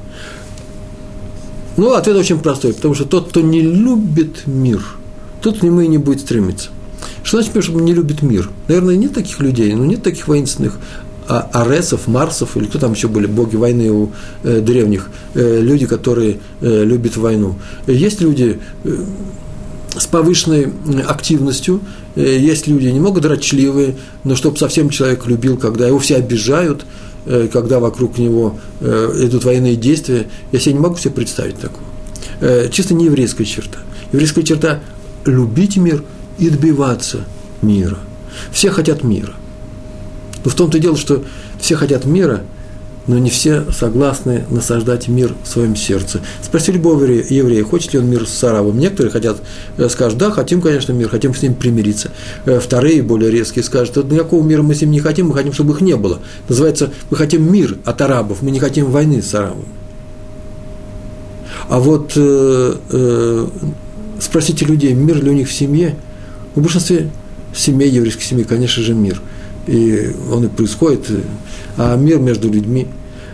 Ну, ответ очень простой, потому что тот, кто не любит мир, тот к нему и не будет стремиться. Что значит, что не любит мир? Наверное, нет таких людей, но нет таких воинственных аресов, марсов, или кто там еще были, боги войны у древних, люди, которые любят войну. Есть люди с повышенной активностью, есть люди немного дрочливые, но чтобы совсем человек любил, когда его все обижают, когда вокруг него идут военные действия, я себе не могу себе представить такого. Чисто не еврейская черта. Еврейская черта – любить мир и добиваться мира. Все хотят мира. Но в том-то и дело, что все хотят мира, но не все согласны насаждать мир в своем сердце. Спроси любого еврея, хочет ли он мир с арабом. Некоторые скажут: да, хотим, конечно, мир, хотим с ним примириться. Вторые, более резкие, скажут: никакого мира мы с ним не хотим, мы хотим, чтобы их не было. Называется, мы хотим мир от арабов, мы не хотим войны с арабами. А вот спросите людей, мир ли у них в семье. В большинстве семей, еврейских семей, конечно же, мир. И он и происходит, а мир между людьми.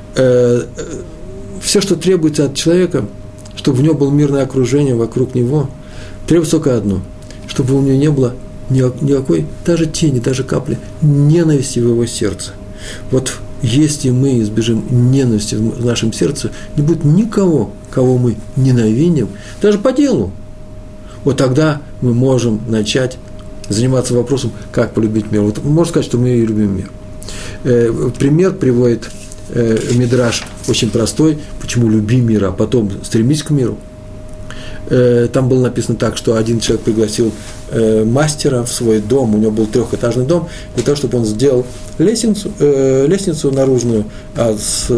Все, что требуется от человека, чтобы у него было мирное окружение вокруг него, требуется только одно: чтобы у него не было никакой, даже тени, даже капли ненависти в его сердце. Вот если мы избежим ненависти в нашем сердце, не будет никого, кого мы ненавидим, даже по делу. Вот тогда мы можем начать заниматься вопросом, как полюбить мир. Вот можно сказать, что мы и любим мир. Пример приводит Мидраш очень простой, почему люби мир, а потом стремись к миру. Там было написано так, что один человек пригласил мастера в свой дом, у него был трехэтажный дом, для того, чтобы он сделал лестницу наружную с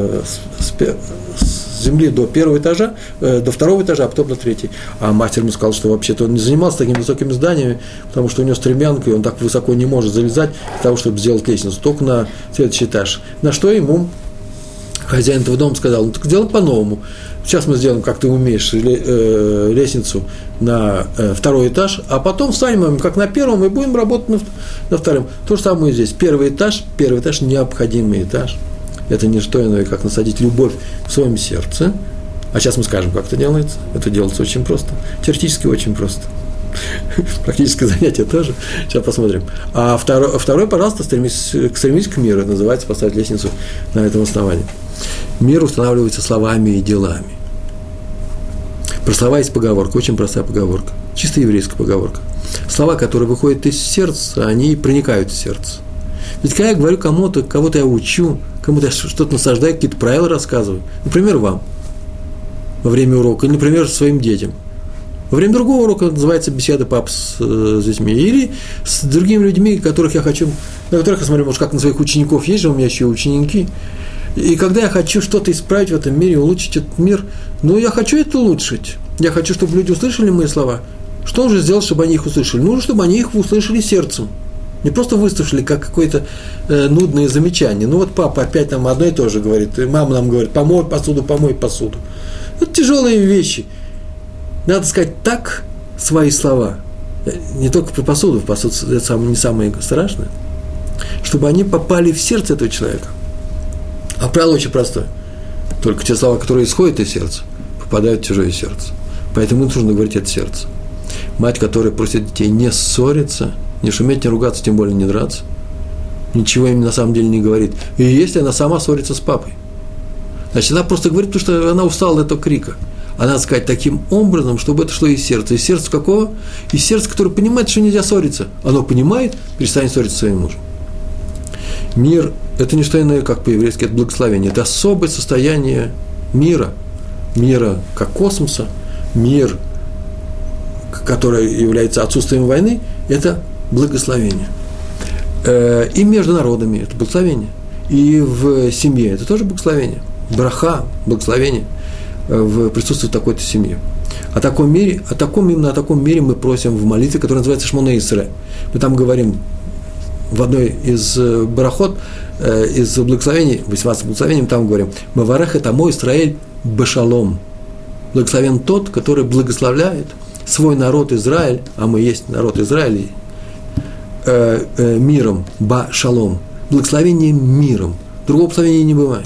земли до первого этажа, до второго этажа, а потом до третьего. А мастер ему сказал, что вообще-то он не занимался такими высокими зданиями, потому что у него стремянка, и он так высоко не может залезать для того, чтобы сделать лестницу, только на следующий этаж. На что ему хозяин этого дома сказал: ну так делай по-новому. Сейчас мы сделаем, как ты умеешь, лестницу на второй этаж, а потом встанем, как на первом, и будем работать на втором. То же самое и здесь. Первый этаж необходимый этаж. Это не что иное, как насадить любовь в своем сердце. А сейчас мы скажем, как это делается. Это делается очень просто. Теоретически очень просто. Практическое занятие тоже. Сейчас посмотрим. А второе, пожалуйста, стремись к миру. Это называется поставить лестницу на этом основании. Мир устанавливается словами и делами. Про слова есть поговорка, очень простая поговорка. Чисто еврейская поговорка. Слова, которые выходят из сердца, они проникают в сердце. Ведь когда я говорю кому-то, кого-то я учу, кому-то я что-то насаждаю, какие-то правила рассказываю, например, вам, во время урока, или, например, своим детям. Во время другого урока называется беседа пап с детьми, или с другими людьми, на которых я смотрю, может, как на своих учеников, есть же у меня еще ученики. И когда я хочу что-то исправить в этом мире, улучшить этот мир, я хочу это улучшить. Я хочу, чтобы люди услышали мои слова. Что нужно сделать, чтобы они их услышали? Нужно, чтобы они их услышали сердцем. Не просто выслушали, как какое-то нудное замечание. Папа опять нам одно и то же говорит, и мама нам говорит, помой посуду. Это тяжелые вещи. Надо сказать так свои слова. Не только про посуду, это не самое страшное. Чтобы они попали в сердце этого человека. А правило очень простое. Только те слова, которые исходят из сердца, попадают в чужое сердце. Поэтому нужно говорить от сердца. Мать, которая просит детей не ссориться, не шуметь, не ругаться, тем более не драться, ничего им на самом деле не говорит. И если она сама ссорится с папой, значит, она просто говорит, потому что она устала от этого крика. А надо сказать таким образом, чтобы это шло из сердца. Из сердца какого? Из сердца, которое понимает, что нельзя ссориться. Оно понимает, перестанет ссориться со своим мужем. Мир – это не что иное, как по-еврейски, это благословение. Это особое состояние мира. Мира как космоса. Мир, который является отсутствием войны, это благословение. И между народами – это благословение. И в семье – это тоже благословение. Браха – благословение в присутствии такой-то семьи. Именно о таком мире мы просим в молитве, которая называется Шмона Исре. Мы там говорим в одной из барахот, из благословений, 18 благословений, там говорим «Маварех это мой Исраэль бешалом». Благословен тот, который благословляет свой народ Израиль, а мы есть народ Израиля, миром, ба-шалом. Благословение миром. Другого благословения не бывает.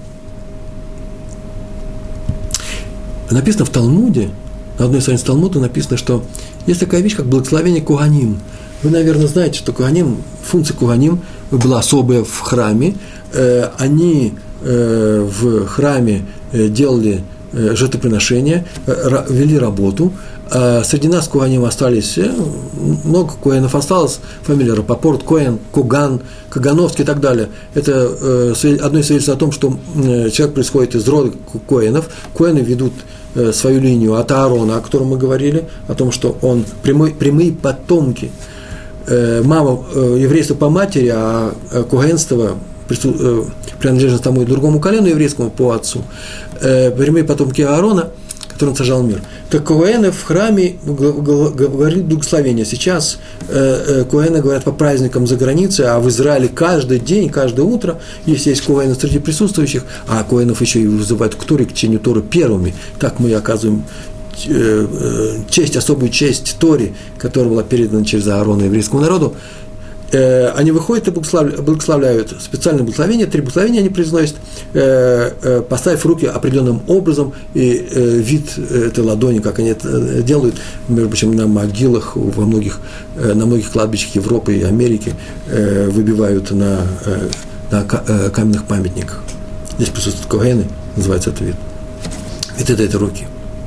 Написано в Талмуде, на одной странице Талмуда написано, что есть такая вещь, как благословение Коганим. Вы, наверное, знаете, что Коганим, функция Коганим была особая в храме. Они в храме делали жертвоприношения, вели работу. Среди нас Коганим остались, много Коэнов осталось, фамилия Рапопорт, Коэн, Коган, Кагановский и так далее. Это одно из свидетельств о том, что человек происходит из рода Коэнов. Коэны ведут свою линию от Аарона, о котором мы говорили, о том, что он прямые потомки. Мама еврейство по матери, а коэнство, принадлежность тому и другому колену еврейскому по отцу, прямые потомки Аарона, который он сажал мир. Так коэны в храме говорили благословение. Сейчас коэны говорят по праздникам за границей, а в Израиле каждый день, каждое утро, если есть коэны среди присутствующих, а коэнов еще и вызывают к Торе, к чтению Торы первыми, так мы оказываем честь, особую честь Торе, которая была передана через Аарона еврейскому народу. Они выходят и благословляют специальное благословение, 3 благословения они произносят, поставив руки определенным образом, и вид этой ладони, как они это делают, между прочим, на могилах, на многих кладбищах Европы и Америки выбивают на каменных памятниках. Здесь присутствуют коэны, называется это вид. Вид этой руки.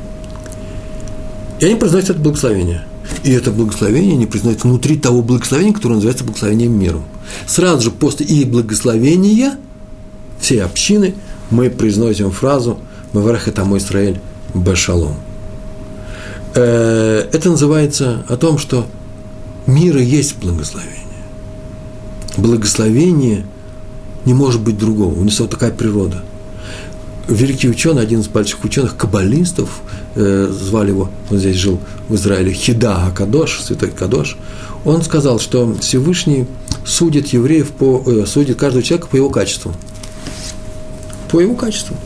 И они произносят это благословение. И это благословение не признается внутри того благословения, которое называется благословением миром. Сразу же после их благословения всей общины мы произносим фразу «Маварах это мой Исраэль бешалом». Это называется о том, что мира есть благословение. Благословение не может быть другого, у него такая природа. Великий ученый, один из больших ученых, каббалистов, звали его, он здесь жил в Израиле, Хида Акадош, святой Кадош, он сказал, что Всевышний судит евреев судит каждого человека по его качеству. По его качеству.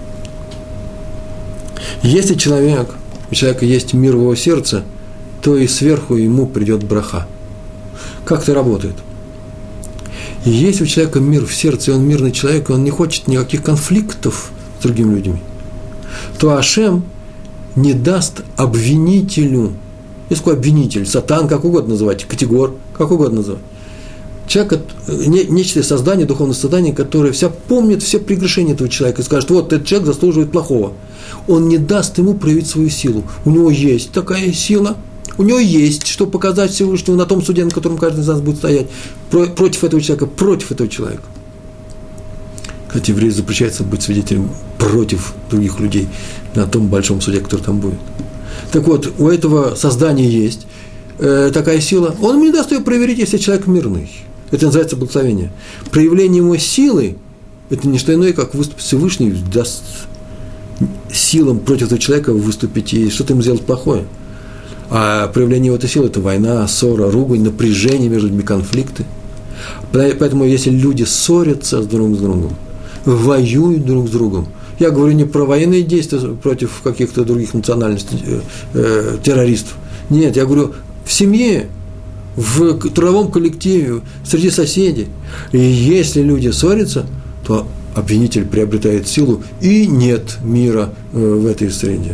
Если у человека есть мир в его сердце, то и сверху ему придет браха. Как это работает? И если у человека мир в сердце, и он мирный человек, и он не хочет никаких конфликтов с другими людьми, то Ашем не даст обвинителю есть такой обвинитель, сатан, как угодно называть, категор, как угодно называть. Человек, нечто создание, духовное создание, которое вся помнит все прегрешения этого человека и скажет, вот этот человек заслуживает плохого. Он не даст ему проявить свою силу. У него есть такая сила, у него есть, что показать Всевышнему на том суде, на котором каждый из нас будет стоять, против этого человека, против этого человека. Кстати, еврею запрещается быть свидетелем против других людей на том большом суде, который там будет. Так вот, у этого создания есть такая сила. Он ему не даст ее проверить, если человек мирный. Это называется благословение. Проявление его силы – это не что иное, как выступить Всевышний, даст силам против этого человека выступить и что-то ему сделать плохое. А проявление его этой силы – это война, ссора, ругань, напряжение между людьми, конфликты. Поэтому, если люди ссорятся друг с другом, воюют друг с другом, я говорю не про военные действия против каких-то других национальностей, террористов. Нет, я говорю в семье, в трудовом коллективе, среди соседей. И если люди ссорятся, то обвинитель приобретает силу, и нет мира в этой среде.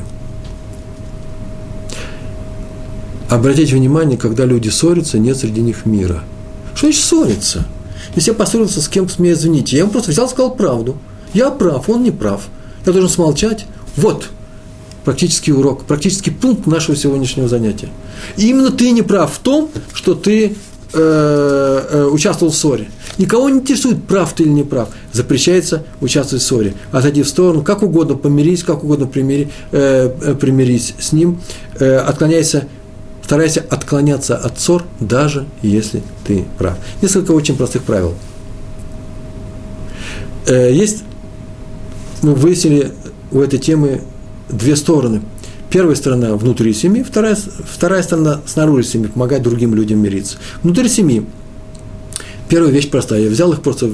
Обратите внимание, когда люди ссорятся, нет среди них мира. Что значит ссориться? Если я поссорился с кем-то, меня извините, я ему просто взял и сказал правду. Я прав, он не прав. Я должен смолчать. Вот практический урок, практический пункт нашего сегодняшнего занятия. И именно ты не прав в том, что ты участвовал в ссоре. Никого не интересует, прав ты или не прав. Запрещается участвовать в ссоре. Отойди в сторону, как угодно помирись, как угодно примирись с ним, старайся отклоняться от ссор, даже если ты прав. Несколько очень простых правил. Мы выяснили у этой темы две стороны. Первая сторона внутри семьи, вторая сторона снаружи семьи, помогать другим людям мириться. Внутри семьи. Первая вещь простая. Я взял их просто,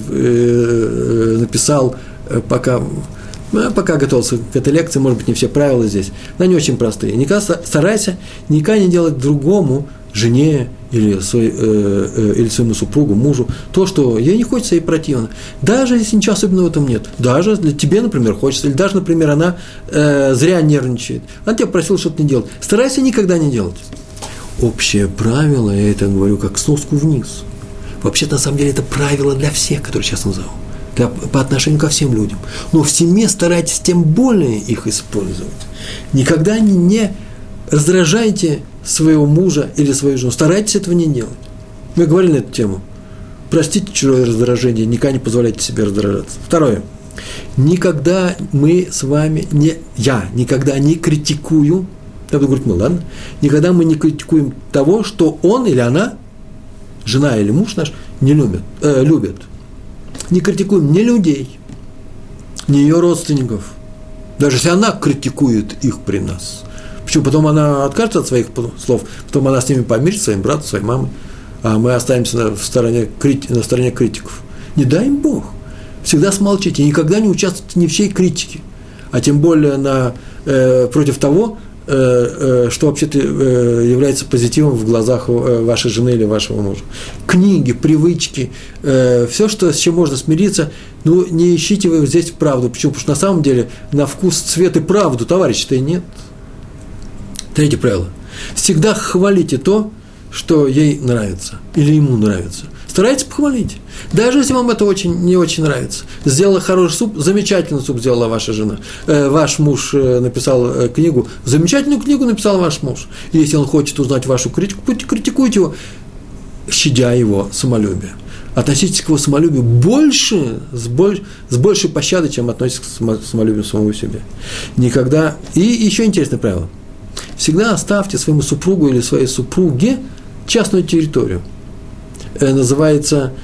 написал, пока готовился к этой лекции, может быть, не все правила здесь, но они очень простые. Старайся никогда не делать другому, жене или своему супругу, мужу, то, что ей не хочется, ей противно. Даже если ничего особенного в этом нет. Даже для тебе, например, хочется, или даже, например, она зря нервничает. Она тебя просила что-то не делать. Старайся никогда не делать. Общее правило, я это говорю как сноску вниз. Вообще-то, на самом деле, это правило для всех, которые сейчас назову. По отношению ко всем людям. Но в семье старайтесь тем более их использовать. Никогда не раздражайте своего мужа или свою жену. Старайтесь этого не делать. Мы говорили на эту тему. Простите чужое раздражение, никогда не позволяйте себе раздражаться. Второе. Никогда мы с вами я никогда не критикую, я буду говорить, ладно, никогда мы не критикуем того, что он или она, жена или муж наш, не любят. Не критикуем ни людей, ни ее родственников, даже если она критикует их при нас. Почему? Потом она откажется от своих слов, потом она с ними помирится, своим братом, своей мамой, а мы останемся на стороне критиков. Не дай им Бог. Всегда смолчите, никогда не участвуйте ни в чьей критике, а тем более против того, что вообще-то является позитивом в глазах вашей жены или вашего мужа. Книги, привычки, все, с чем можно смириться, не ищите вы здесь правду. Почему? Потому что на самом деле на вкус, цвет и правду, товарищи-то и нет. Третье правило. Всегда хвалите то, что ей нравится или ему нравится. Старайтесь похвалить. Даже если вам это не очень нравится. Сделала хороший суп, замечательный суп сделала ваша жена. Ваш муж написал книгу, замечательную книгу написал ваш муж. Если он хочет узнать вашу критику, критикуйте его, щадя его самолюбие. Относитесь к его самолюбию с большей пощадой, чем относитесь к самолюбию самого себя. Никогда. И еще интересное правило. Всегда оставьте своему супругу или своей супруге частную территорию. Называется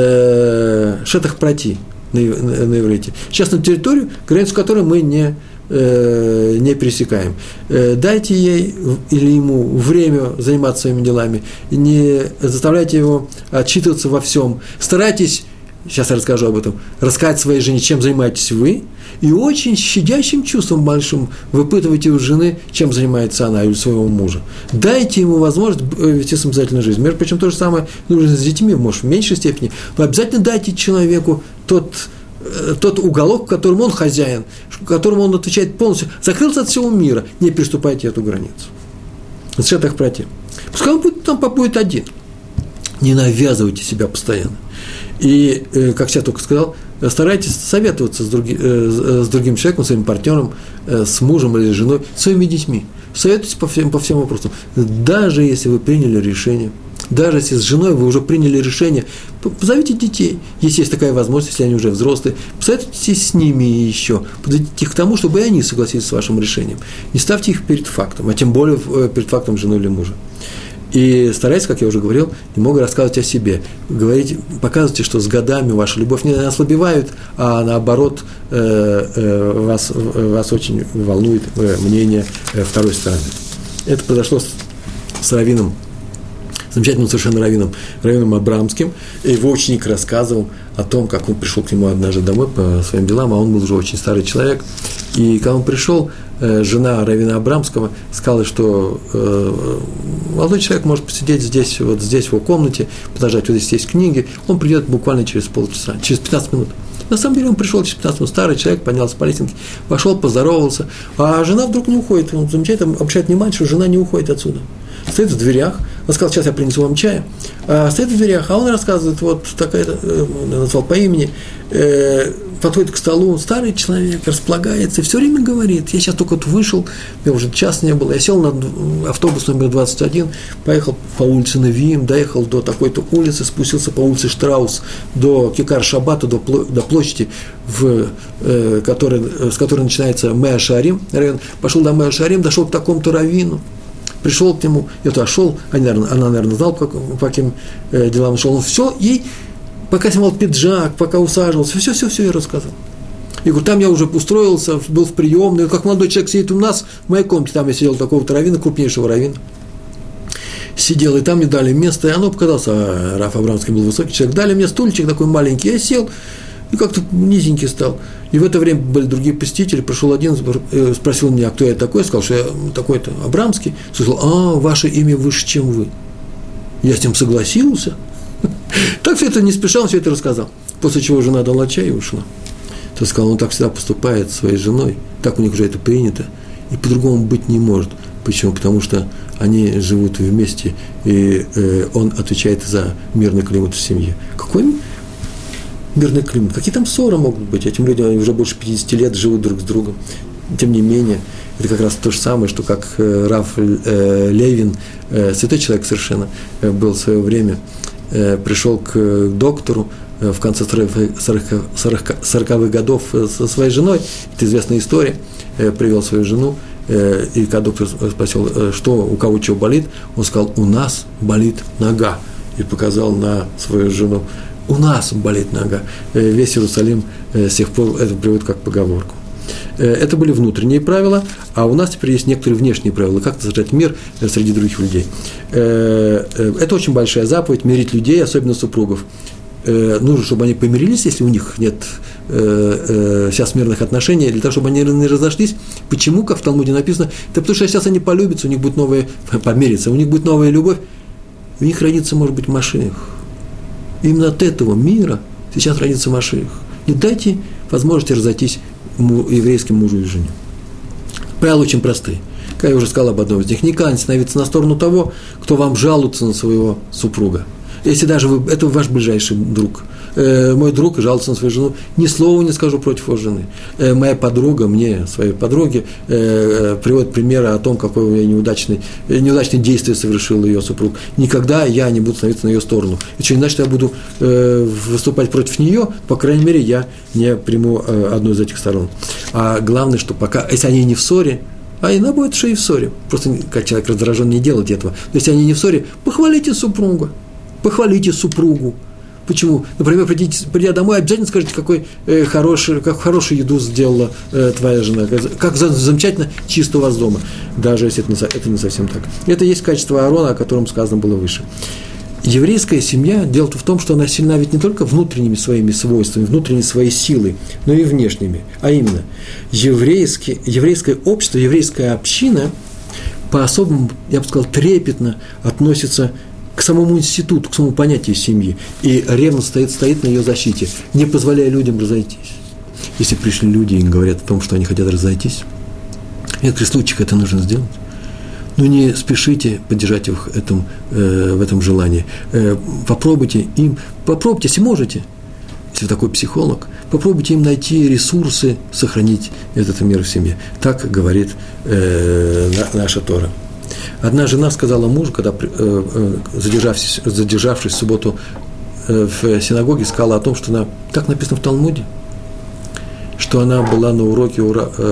шетах прати на иврите. Частную территорию, границу которой мы не пересекаем. Дайте ей или ему время заниматься своими делами, не заставляйте его отчитываться во всем. Старайтесь, сейчас я расскажу об этом, рассказать своей жене, чем занимаетесь вы, и очень щадящим чувством большим выпытывайте у жены, чем занимается она или своего мужа. Дайте ему возможность вести самостоятельную жизнь. Между прочим, то же самое нужно с детьми, может, в меньшей степени, но обязательно дайте человеку тот уголок, в котором он хозяин, которому он отвечает полностью, закрылся от всего мира, не переступайте эту границу. Шетах прати. Пускай он там побудет один. Не навязывайте себя постоянно. И, как я только сказал, старайтесь советоваться с другим человеком, своим партнером, с мужем или женой, своими детьми. Советуйтесь по всем вопросам. Даже если вы приняли решение, даже если с женой вы уже приняли решение, позовите детей, если есть такая возможность, если они уже взрослые, посоветуйтесь с ними еще, подведите их к тому, чтобы и они согласились с вашим решением. Не ставьте их перед фактом, а тем более перед фактом жены или мужа. И старайтесь, как я уже говорил, немного рассказывать о себе. Показывайте, что с годами ваша любовь не ослабевает, а наоборот вас очень волнует мнение второй стороны. Это произошло с раввином, замечательным совершенно раввином Абрамским. Его ученик рассказывал о том, как он пришел к нему однажды домой по своим делам, а он был уже очень старый человек. И когда он пришел, жена раввина Абрамского сказала, что молодой человек может посидеть здесь, вот здесь, в его комнате, подождать, вот здесь есть книги, он придет буквально через полчаса, через 15 минут. На самом деле он пришел через 15 минут, старый человек, поднялся по лестнице, пошел, поздоровался, а жена вдруг не уходит. Он замечательно обращает внимание, что жена не уходит отсюда. Стоит в дверях, он сказал, сейчас я принесу вам чая, стоит в дверях, а он рассказывает, вот такая-то, назвал по имени, подходит к столу, старый человек, располагается и все время говорит, я сейчас только вот вышел, я уже час не было, я сел на автобус номер 21, поехал по улице Навиим, доехал до такой-то улицы, спустился по улице Штраус до Кикар-Шабата, до площади, с которой начинается Меа-Шаарим, пошел до Меа-Шаарим, дошел к такому-то раввину, пришел к нему, я туда шел, она, наверное, знала, по каким делам шел, он все ей, пока снимал пиджак, пока усаживался, все я рассказал. И говорю, там я уже устроился, был в приемной, как молодой человек сидит у нас в моей комнате, там я сидел такого-то раввина, крупнейшего раввина, сидел, и там мне дали место, и оно показалось, Раф Абрамский был высокий человек, дали мне стульчик такой маленький, я сел, и как-то низенький стал. И в это время были другие посетители, пришел один, спросил меня, кто я такой, сказал, что я такой-то Абрамский, сказал, ваше имя выше, чем вы. Я с ним согласился. Так все это не спеша, он все это рассказал. После чего жена дала чай и ушла. То сказал, он так всегда поступает со своей женой, так у них уже это принято, и по-другому быть не может. Почему? Потому что они живут вместе, и он отвечает за мирный климат в семье. Какой мирный климат? Какие там ссоры могут быть? Этим людям они уже больше 50 лет живут друг с другом. Тем не менее, это как раз то же самое, что как Рав Левин, святой человек совершенно, был в свое время, пришел к доктору в конце 40-х годов со своей женой, это известная история, привел свою жену, и когда доктор спросил, что, у кого чего болит, он сказал, у нас болит нога, и показал на свою жену, у нас болит нога. Весь Иерусалим с тех пор это приводит как поговорку. Это были внутренние правила, а у нас теперь есть некоторые внешние правила, как содержать мир среди других людей. Это очень большая заповедь, мирить людей, особенно супругов. Нужно, чтобы они помирились, если у них нет сейчас мирных отношений, для того, чтобы они не разошлись. Почему, как в Талмуде написано, это потому что сейчас они полюбятся, у них будет новая, помириться, у них будет новая любовь, у них родится, может быть, Машиах. Именно от этого мира сейчас родится Машиах. Не дайте возможности разойтись еврейским мужу и жене. Правила очень простые. Как я уже сказал об одном из них, никогда не становиться на сторону того, кто вам жалуется на своего супруга. Если даже это ваш ближайший друг. Мой друг жалуется на свою жену, ни слова не скажу против его жены. Моя подруга мне, своей подруге, приводит примеры о том, какое у меня неудачное действие совершил ее супруг. Никогда я не буду становиться на ее сторону. И что не значит, что я буду выступать против нее, по крайней мере, я не приму одну из этих сторон. А главное, что пока, если они не в ссоре, а иногда будет, что и в ссоре. Просто как человек раздражен, не делать этого. Но если они не в ссоре, похвалите супруга. Похвалите супругу. Почему? Например, придя домой, обязательно скажите, как хорошую еду сделала твоя жена, как замечательно чисто у вас дома, даже если это не совсем так. Это есть качество Аарона, о котором сказано было выше. Еврейская семья, дело в том, что она сильна ведь не только внутренними своими свойствами, внутренней своей силой, но и внешними. А именно, еврейское общество, еврейская община по-особому, я бы сказал, трепетно относится к самому институту, к самому понятию семьи, и ревно стоит на ее защите, не позволяя людям разойтись. Если пришли люди и говорят о том, что они хотят разойтись, в некоторых случаях это нужно сделать. Но не спешите поддержать их в этом желании. Попробуйте, если можете, если вы такой психолог, попробуйте им найти ресурсы, сохранить этот мир в семье. Так говорит наша Тора. Одна жена сказала мужу, когда, задержавшись в субботу в синагоге, сказала о том, что она, так написано в Талмуде, что она была на уроке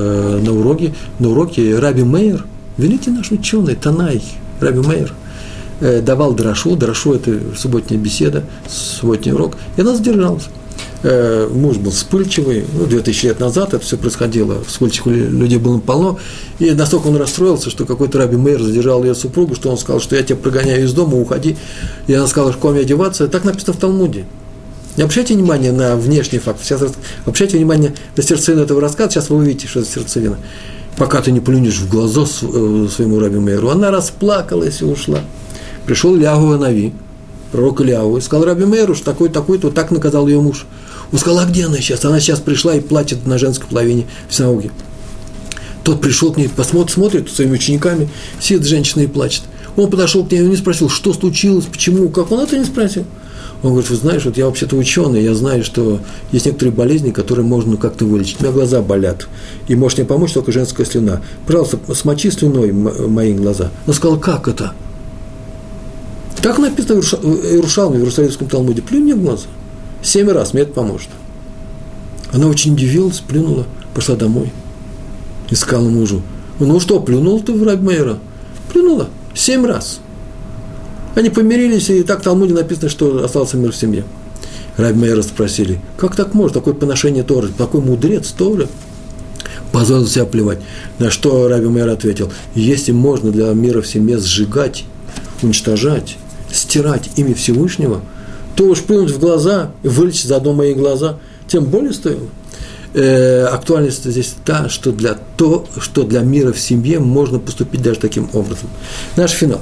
Раби Меир, великий наш ученый, Танай, Раби Меир, давал драшу – это субботняя беседа, субботний урок, и она задержалась. Муж был вспыльчивый, 2000 лет назад это все происходило, вспыльчивых людей было полно, и настолько он расстроился, что какой-то Раби Меир задержал ее супругу, что он сказал, что я тебя прогоняю из дома, уходи, и она сказала, что мне одеваться, так написано в Талмуде. Не обращайте внимание на внешний факт, сейчас обращайте внимание на сердцевину этого рассказа, сейчас вы увидите, что это сердцевина. Пока ты не плюнешь в глаза своему Раби Меиру, она расплакалась и ушла. Пришел Ильяху Нави, пророк Ильяху, и сказал Раби Меиру, что такой-то, вот так наказал ее муж. Он сказал, а где она сейчас? Она сейчас пришла и плачет на женской половине в синагоге. Тот пришел к ней, смотрит своими учениками, сидит женщина и плачет. Он подошел к ней, он не спросил, что случилось, почему, как, он это не спросил. Он говорит, вы знаешь, вот я вообще-то ученый, я знаю, что есть некоторые болезни, которые можно как-то вылечить. У меня глаза болят, и может мне помочь только женская слюна. Пожалуйста, смочи слюной мои глаза. Он сказал, как это? Так написано в Иерушалме, в Иерусалимском Талмуде, плюнь мне в глаза. 7 раз, мне это поможет. Она очень удивилась, плюнула, пошла домой. И сказала мужу, ну что, плюнул ты в Раби Меира? Плюнула 7 раз. Они помирились, и так в Талмуде написано, что остался мир в семье. Раби Меира спросили, как так можно, такое поношение Торы, такой мудрец Торы, позволил себя плевать. На что Раби Меир ответил, если можно для мира в семье сжигать, уничтожать, стирать имя Всевышнего, то уж плюнуть в глаза и вылечить заодно мои глаза, тем более стоило. Актуальность здесь что для мира в семье можно поступить даже таким образом. Наш финал.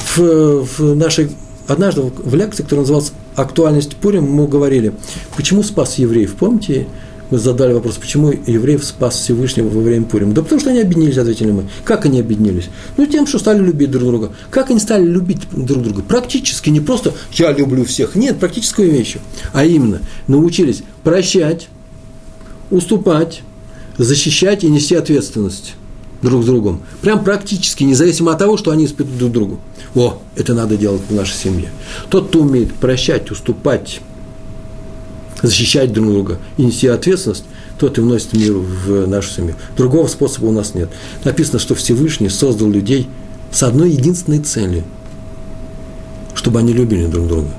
Однажды в лекции, которая называлась «Актуальность Пурим», мы говорили, почему спас евреев. Помните, мы задали вопрос, почему евреев спас Всевышнего во время Пурим? Да потому что они объединились, ответили мы. Как они объединились? Тем, что стали любить друг друга. Как они стали любить друг друга? Практически, не просто «я люблю всех», нет, практической вещью. А именно, научились прощать, уступать, защищать и нести ответственность друг с другом. Прям практически, независимо от того, что они испытывают друг другу. Это надо делать в нашей семье. Тот, кто умеет прощать, уступать, защищать друг друга и нести ответственность, тот и вносит мир в нашу семью. Другого способа у нас нет. Написано, что Всевышний создал людей с одной единственной целью, чтобы они любили друг друга.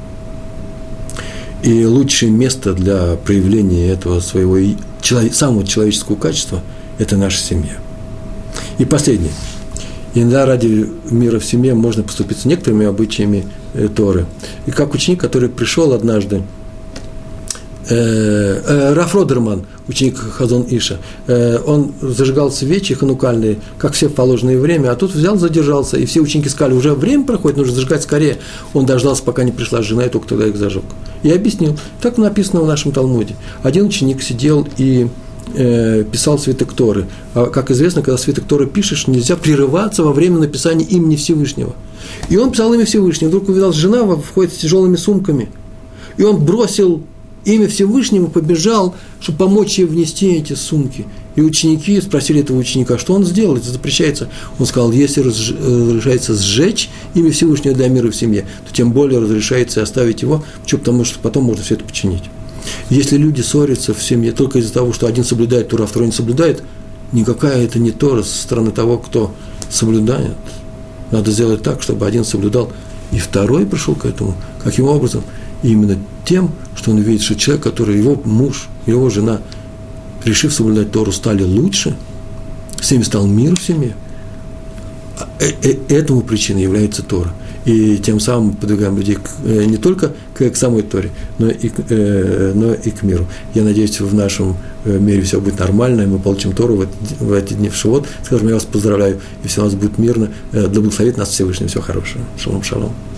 И лучшее место для проявления этого своего самого человеческого качества – это наша семья. И последнее. Иногда ради мира в семье можно поступить с некоторыми обычаями Торы. И как ученик, который пришел однажды, Раф Родерман, ученик Хазон Иша, он зажигал свечи ханукальные, как все в положенное время, а тут взял, задержался, и все ученики сказали, уже время проходит, нужно зажигать скорее. Он дождался, пока не пришла жена, и только тогда их зажег. И объяснил, так написано в нашем Талмуде. Один ученик сидел и писал свиток Торы. А, как известно, когда свиток Торы пишешь, нельзя прерываться во время написания имени Всевышнего. И он писал имя Всевышнего, вдруг увидел, жена входит с тяжелыми сумками. И он бросил имя Всевышнего, побежал, чтобы помочь ей внести эти сумки. И ученики спросили этого ученика, что он сделал, это запрещается. Он сказал, если разрешается сжечь имя Всевышнего для мира в семье, то тем более разрешается оставить его, потому что потом можно все это починить. Если люди ссорятся в семье только из-за того, что один соблюдает Тору, а второй не соблюдает, никакая это не Тора со стороны того, кто соблюдает. Надо сделать так, чтобы один соблюдал, и второй пришел к этому. Каким образом? Именно тем, что он видит, что человек, который его муж, его жена, решив соблюдать Тору, стали лучше, с ними стал мир в семье. Этому причиной является Тора. И тем самым подвигаем людей не только к самой Торе, но и к миру. Я надеюсь, в нашем мире все будет нормально, и мы получим Тору в эти дни в Шивот. Скажем, я вас поздравляю, и все у нас будет мирно. Да благословит нас Всевышний. Всего хорошего. Шалом, шалом.